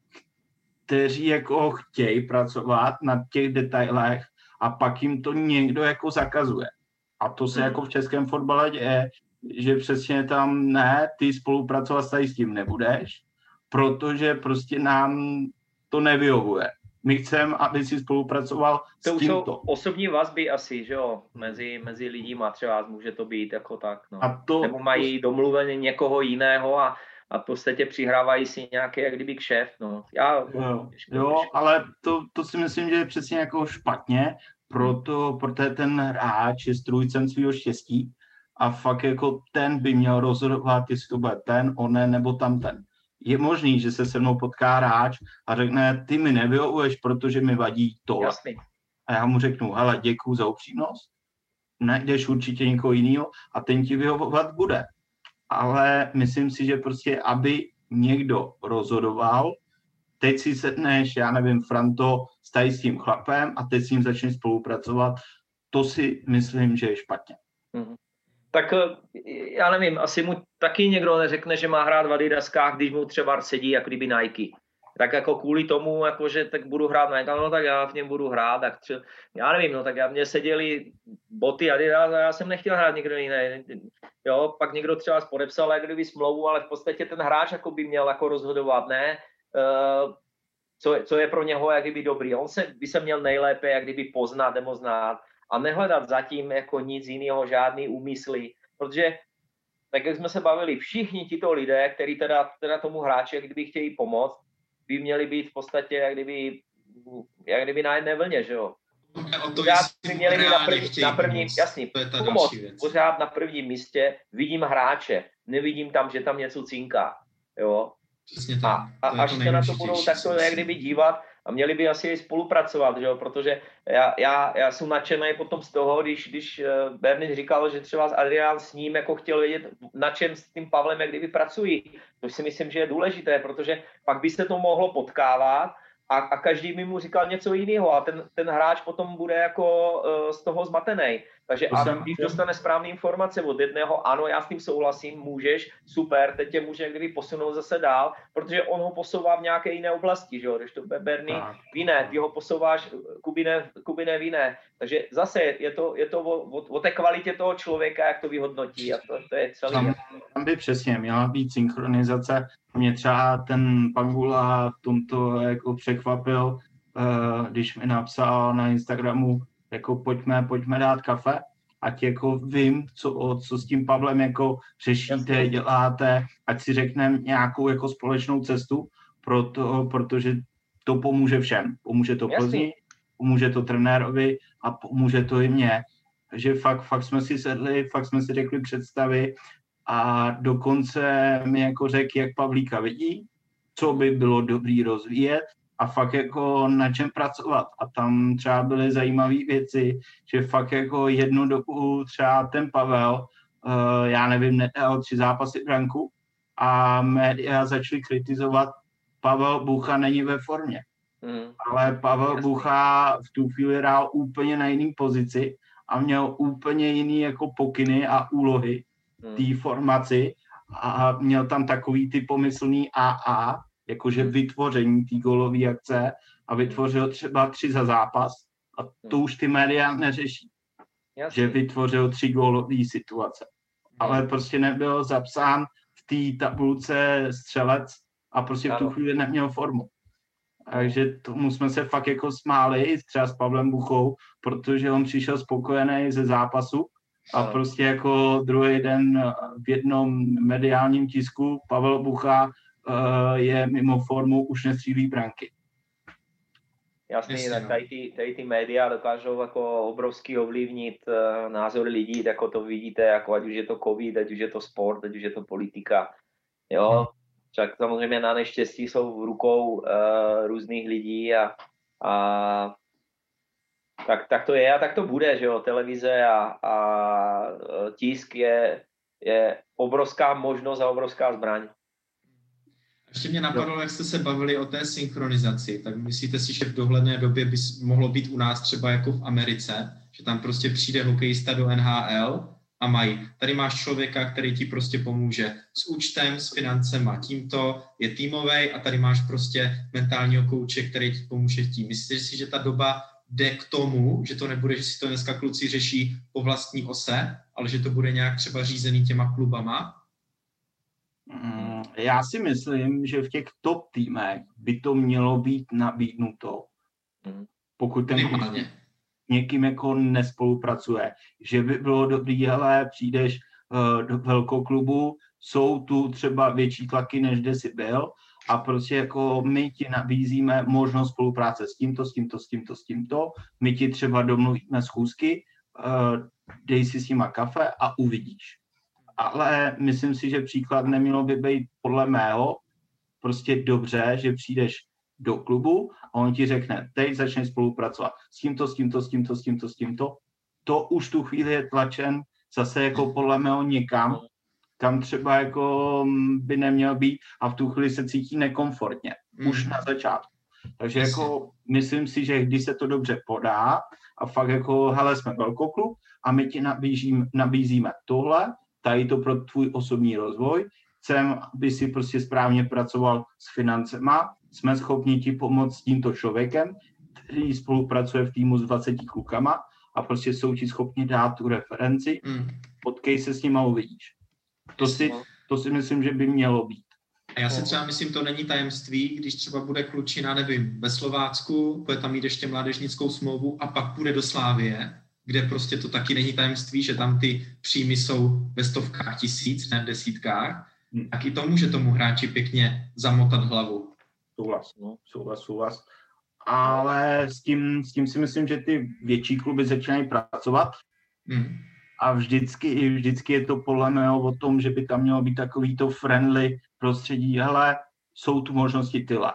kteří jako chtějí pracovat na těch detailech a pak jim to někdo jako zakazuje. A to se jako v českém fotbale děje, že přesně tam ne, ty spolupracovat tady s tím nebudeš, protože prostě nám to nevyhovuje. My chceme, aby si spolupracoval s tímto. To jsou osobní vazby asi, že jo, mezi lidima třeba může to být jako tak, no. A to, nebo mají domluvený někoho jiného a v podstatě přihrávají si nějaký jak kdyby kšeft, no. Jo, ale to si myslím, že je přesně jako špatně, protože ten hráč je strůjcem svého štěstí a fakt jako ten by měl rozhodovat, jestli to bude ten, onen nebo tamten. Je možný, že se mnou potká hráč a řekne, ty mi nevyhovuješ, protože mi vadí tohle. Jasný. A já mu řeknu, hele, děkuju za upřímnost, najdeš určitě někoho jiného a ten ti vyhovovat bude. Ale myslím si, že prostě, aby někdo rozhodoval, teď si sedneš, já nevím, Franto, stají s tím chlapem a teď s ním začneš spolupracovat, to si myslím, že je špatně. Tak já nevím, asi mu taky někdo neřekne, že má hrát v Adidaskách, když mu třeba sedí jako kdyby Nike. Tak jako kvůli tomu, jakože tak budu hrát Nike, no tak já v něm budu hrát, tak já nevím, no tak mě seděli boty Adidas a já jsem nechtěl hrát někdo jiný. Jo, pak někdo třeba podepsal jak kdyby smlouvu, ale v podstatě ten hráč jako by měl jako rozhodovat, ne? Co je pro něho jak kdyby dobrý. On by se měl nejlépe jak kdyby poznat nebo znát a nehledat zatím jako nic jiného, žádný úmysly, protože tak jak jsme se bavili, všichni tito lidé, kteří teda tomu hráči, jak kdyby chtějí pomoct, by měli být v podstatě jak kdyby na jedné vlně, že jo. Pořád by měli být na prvním, jasný, pomoc, pořád na prvním místě, vidím hráče, nevidím tam, že tam něco cinká, jo. Přesně tak. A až se na to budou takto jak kdyby dívat a měli by asi spolupracovat, že jo, protože já jsem nadšený potom z toho, když Berny říkal, že třeba Adrián s ním jako chtěl vědět, na čem s tím Pavlem jak kdyby pracují. To si myslím, že je důležité, protože pak by se to mohlo potkávat a každý by mu říkal něco jiného a ten hráč potom bude jako z toho zmatený. Takže když dostane správné informace od jedného, ano, já s tím souhlasím, můžeš, super, teď tě může kdyby posunout zase dál, protože on ho posouvá v nějaké jiné oblasti, že jo, když to Berny v jiné, ty ho posouváš, Kubine v jiné. Takže zase je to o té kvalitě toho člověka, jak to vyhodnotí a to je celé. Tam by přesně měla být synchronizace. Mě třeba ten Pangula v tomto jako překvapil, když mi napsal na Instagramu, jako pojďme dát kafe, ať jako vím, co s tím Pavlem jako řešíte, děláte, ať si řekneme nějakou jako společnou cestu, protože to pomůže všem. Pomůže to Plzni, pomůže to trenérovi a pomůže to i mně. Takže fakt jsme si sedli, fakt jsme si řekli představy a dokonce mi jako řekl, jak Pavlíka vidí, co by bylo dobrý rozvíjet, a fakt jako na čem pracovat. A tam třeba byly zajímavé věci, že fakt jako jednu dobu třeba ten Pavel, já nevím, nedal 3 zápasy branku a média začali kritizovat, Pavel Bucha není ve formě. Ale Pavel Bucha v tu chvíli hrál úplně na jiný pozici a měl úplně jiný jako pokyny a úlohy té formaci a měl tam takový ty pomyslný AA, jakože vytvoření té gólové akce a vytvořil třeba 3 za zápas a to už ty média neřeší, že vytvořil 3 gólové situace. Ale prostě nebyl zapsán v té tabulce střelec a prostě v tu chvíli neměl formu. Takže tomu jsme se fakt jako smáli třeba s Pavlem Buchou, protože on přišel spokojený ze zápasu a prostě jako druhý den v jednom mediálním tisku Pavel Bucha je mimo formu, už nestřílí branky. Jasný, tak tady ty média dokážou jako obrovsky ovlivnit názory lidí, jako to vidíte, jako ať už je to covid, ať už je to sport, ať už je to politika. Jo, však samozřejmě na neštěstí jsou v rukou různých lidí a tak to je a tak to bude, že jo, televize a tisk je obrovská možnost a obrovská zbraň. Ještě mě napadlo, jak jste se bavili o té synchronizaci, tak myslíte si, že v dohledné době by mohlo být u nás třeba jako v Americe, že tam prostě přijde hokejista do NHL a mají, tady máš člověka, který ti prostě pomůže s účtem, s financema, tímto je týmovej a tady máš prostě mentálního kouče, který ti pomůže tím. Myslíte si, že ta doba jde k tomu, že to nebude, že si to dneska kluci řeší po vlastní ose, ale že to bude nějak třeba řízený těma klubama? Já si myslím, že v těch top týmech by to mělo být nabídnuto, pokud ten klub někým jako nespolupracuje. Že by bylo dobrý, hele, přijdeš do velkoklubu, jsou tu třeba větší tlaky, než kde jsi byl a prostě jako my ti nabízíme možnost spolupráce s tímto, my ti třeba domluvíme schůzky, dej si s nima kafe a uvidíš. Ale myslím si, že příklad nemělo by být podle mého prostě dobře, že přijdeš do klubu a on ti řekne, teď začneš spolupracovat s tímto. To už tu chvíli je tlačen zase jako podle mého někam, kam třeba jako by neměl být a v tu chvíli se cítí nekomfortně. Už na začátku. Takže jako myslím si, že když se to dobře podá a fakt jako, hele, jsme velkoklub a my ti nabízíme tohle, tady to pro tvůj osobní rozvoj, chcem, aby si prostě správně pracoval s financema, jsme schopni ti pomoct s tímto člověkem, který spolupracuje v týmu s 20 klukama a prostě jsou ti schopni dát tu referenci, potkej se s nima a uvidíš. To si myslím, že by mělo být. A já si třeba myslím, to není tajemství, když třeba bude klučina, nevím, ve Slovácku, bude tam mít ještě mládežnickou smlouvu a pak půjde do Slávie, kde prostě to taky není tajemství, že tam ty příjmy jsou ve stovkách tisíc, ne v desítkách, tak i to může tomu hráči pěkně zamotat hlavu. Souhlas. Ale s tím si myslím, že ty větší kluby začínají pracovat. A vždycky je to podle mého o tom, že by tam mělo být takový to friendly prostředí. Hele, jsou tu možnosti tyhle.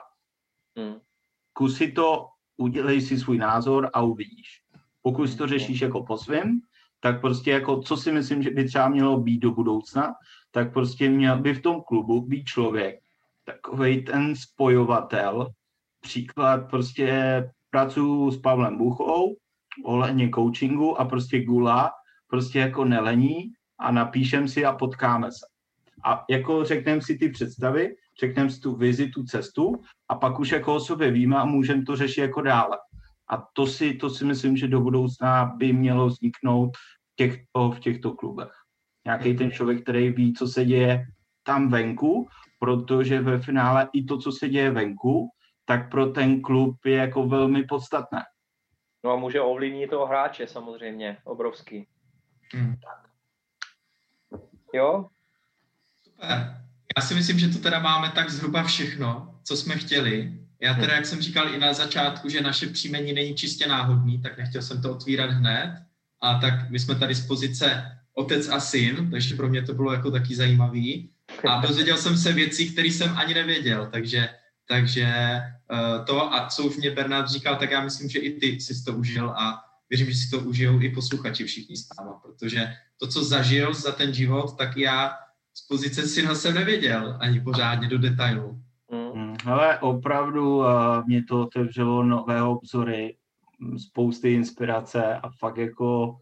Zkusi to, udělej si svůj názor a uvidíš. Pokud to řešíš jako po svém, tak prostě jako, co si myslím, že by třeba mělo být do budoucna, tak prostě měl by v tom klubu být člověk, takovej ten spojovatel. Příklad, prostě pracuji s Pavlem Buchou ohledně coachingu a prostě gula, prostě jako nelení a napíšem si a potkáme se. A jako řekneme si ty představy, řekneme si tu vizi, tu cestu a pak už jako o sobě víme a můžeme to řešit jako dále. A to si myslím, že do budoucna by mělo vzniknout v těchto klubech. Nějaký ten člověk, který ví, co se děje tam venku, protože ve finále i to, co se děje venku, tak pro ten klub je jako velmi podstatné. No a může ovlivnit toho hráče samozřejmě, obrovský. Tak. Jo? Super. Já si myslím, že to teda máme tak zhruba všechno, co jsme chtěli. Já teda, jak jsem říkal i na začátku, že naše příjmení není čistě náhodný, tak nechtěl jsem to otvírat hned. A tak my jsme tady z pozice otec a syn, takže pro mě to bylo jako taky zajímavý. A dozvěděl jsem se věcí, které jsem ani nevěděl, takže to, a co už mě Bernard říkal, tak já myslím, že i ty jsi to užil a věřím, že si to užijou i posluchači všichni s náma, protože to, co zažil za ten život, tak já z pozice syna jsem nevěděl ani pořádně do detailu. Ale opravdu mě to otevřelo nové obzory, spousty inspirace a fakt jako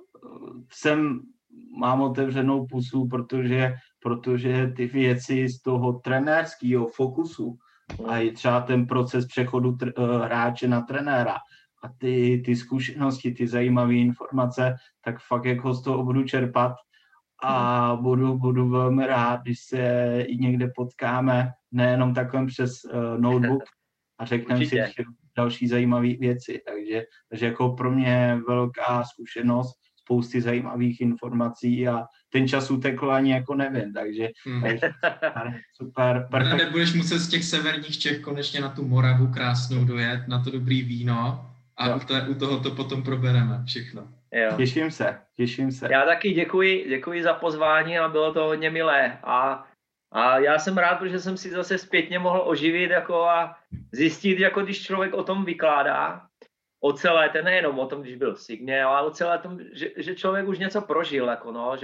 mám otevřenou pusu, protože ty věci z toho trenérského fokusu a i třeba ten proces přechodu hráče na trenéra a ty zkušenosti, ty zajímavé informace, tak fakt jako z toho budu čerpat a budu velmi rád, když se i někde potkáme, nejenom takovým přes notebook a řekneme si další zajímavé věci. Takže jako pro mě velká zkušenost, spousty zajímavých informací a ten čas utekl ani jako nevím, takže super, perfekt. Nebudeš muset z těch severních Čech konečně na tu Moravu krásnou dojet, na to dobrý víno a u toho to potom probereme všechno. Jo. Těším se. Já taky děkuji za pozvání a bylo to hodně milé a já jsem rád, protože jsem si zase zpětně mohl oživit jako a zjistit, jako když člověk o tom vykládá, o celé, nejenom o tom, když byl v Sigmě, ale o celé tom, že člověk už něco prožil, jako no,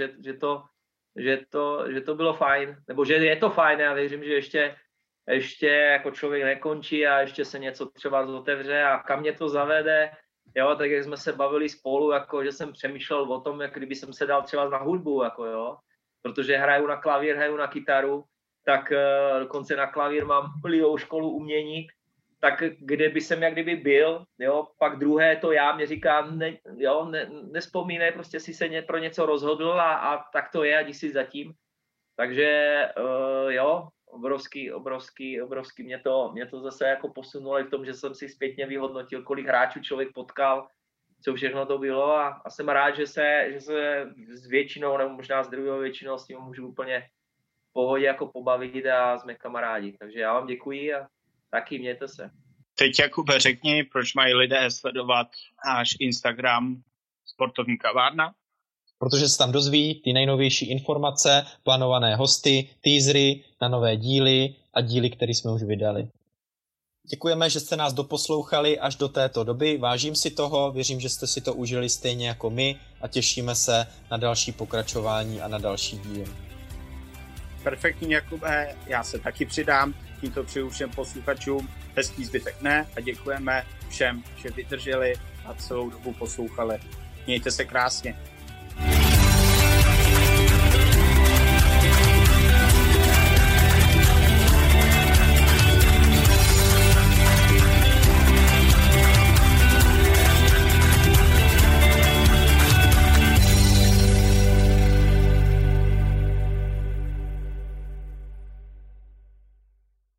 že to bylo fajn, nebo že je to fajn, já věřím, že ještě jako člověk nekončí a ještě se něco třeba otevře a kam mě to zavede, jo, tak jak jsme se bavili spolu, jako že jsem přemýšlel o tom, jak kdyby jsem se dal třeba na hudbu, jako jo, protože hraju na klavír, hraju na kytaru, tak dokonce na klavír mám plnou školu umění, tak kde by jsem jak kdyby byl, jo, pak druhé to já mě říká, nespomínej, prostě si se pro něco rozhodl a tak to je a jdi si zatím. Takže jo, obrovský mě to zase jako posunulo i v tom, že jsem si zpětně vyhodnotil, kolik hráčů člověk potkal, co všechno to bylo a jsem rád, že se s většinou, nebo možná s druhou většinou s tím můžu úplně v pohodě jako pobavit a jsme kamarádi. Takže já vám děkuji a taky mějte se. Teď Jakube řekni, proč mají lidé sledovat náš Instagram Sportovní kavárna? Protože se tam dozví ty nejnovější informace, plánované hosty, teasery na nové díly a díly, které jsme už vydali. Děkujeme, že jste nás doposlouchali až do této doby, vážím si toho, věřím, že jste si to užili stejně jako my a těšíme se na další pokračování a na další díl. Perfektní, Jakube, já se taky přidám, tímto přeju všem posluchačům hezký zbytek dne a děkujeme všem, že vydrželi a celou dobu poslouchali. Mějte se krásně.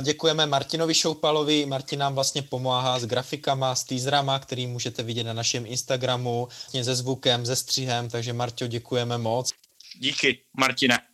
Děkujeme Martinovi Šoupalovi. Martin nám vlastně pomáhá s grafikama, s teaserama, který můžete vidět na našem Instagramu, se zvukem, se střihem, takže Marťo, děkujeme moc. Díky, Martine.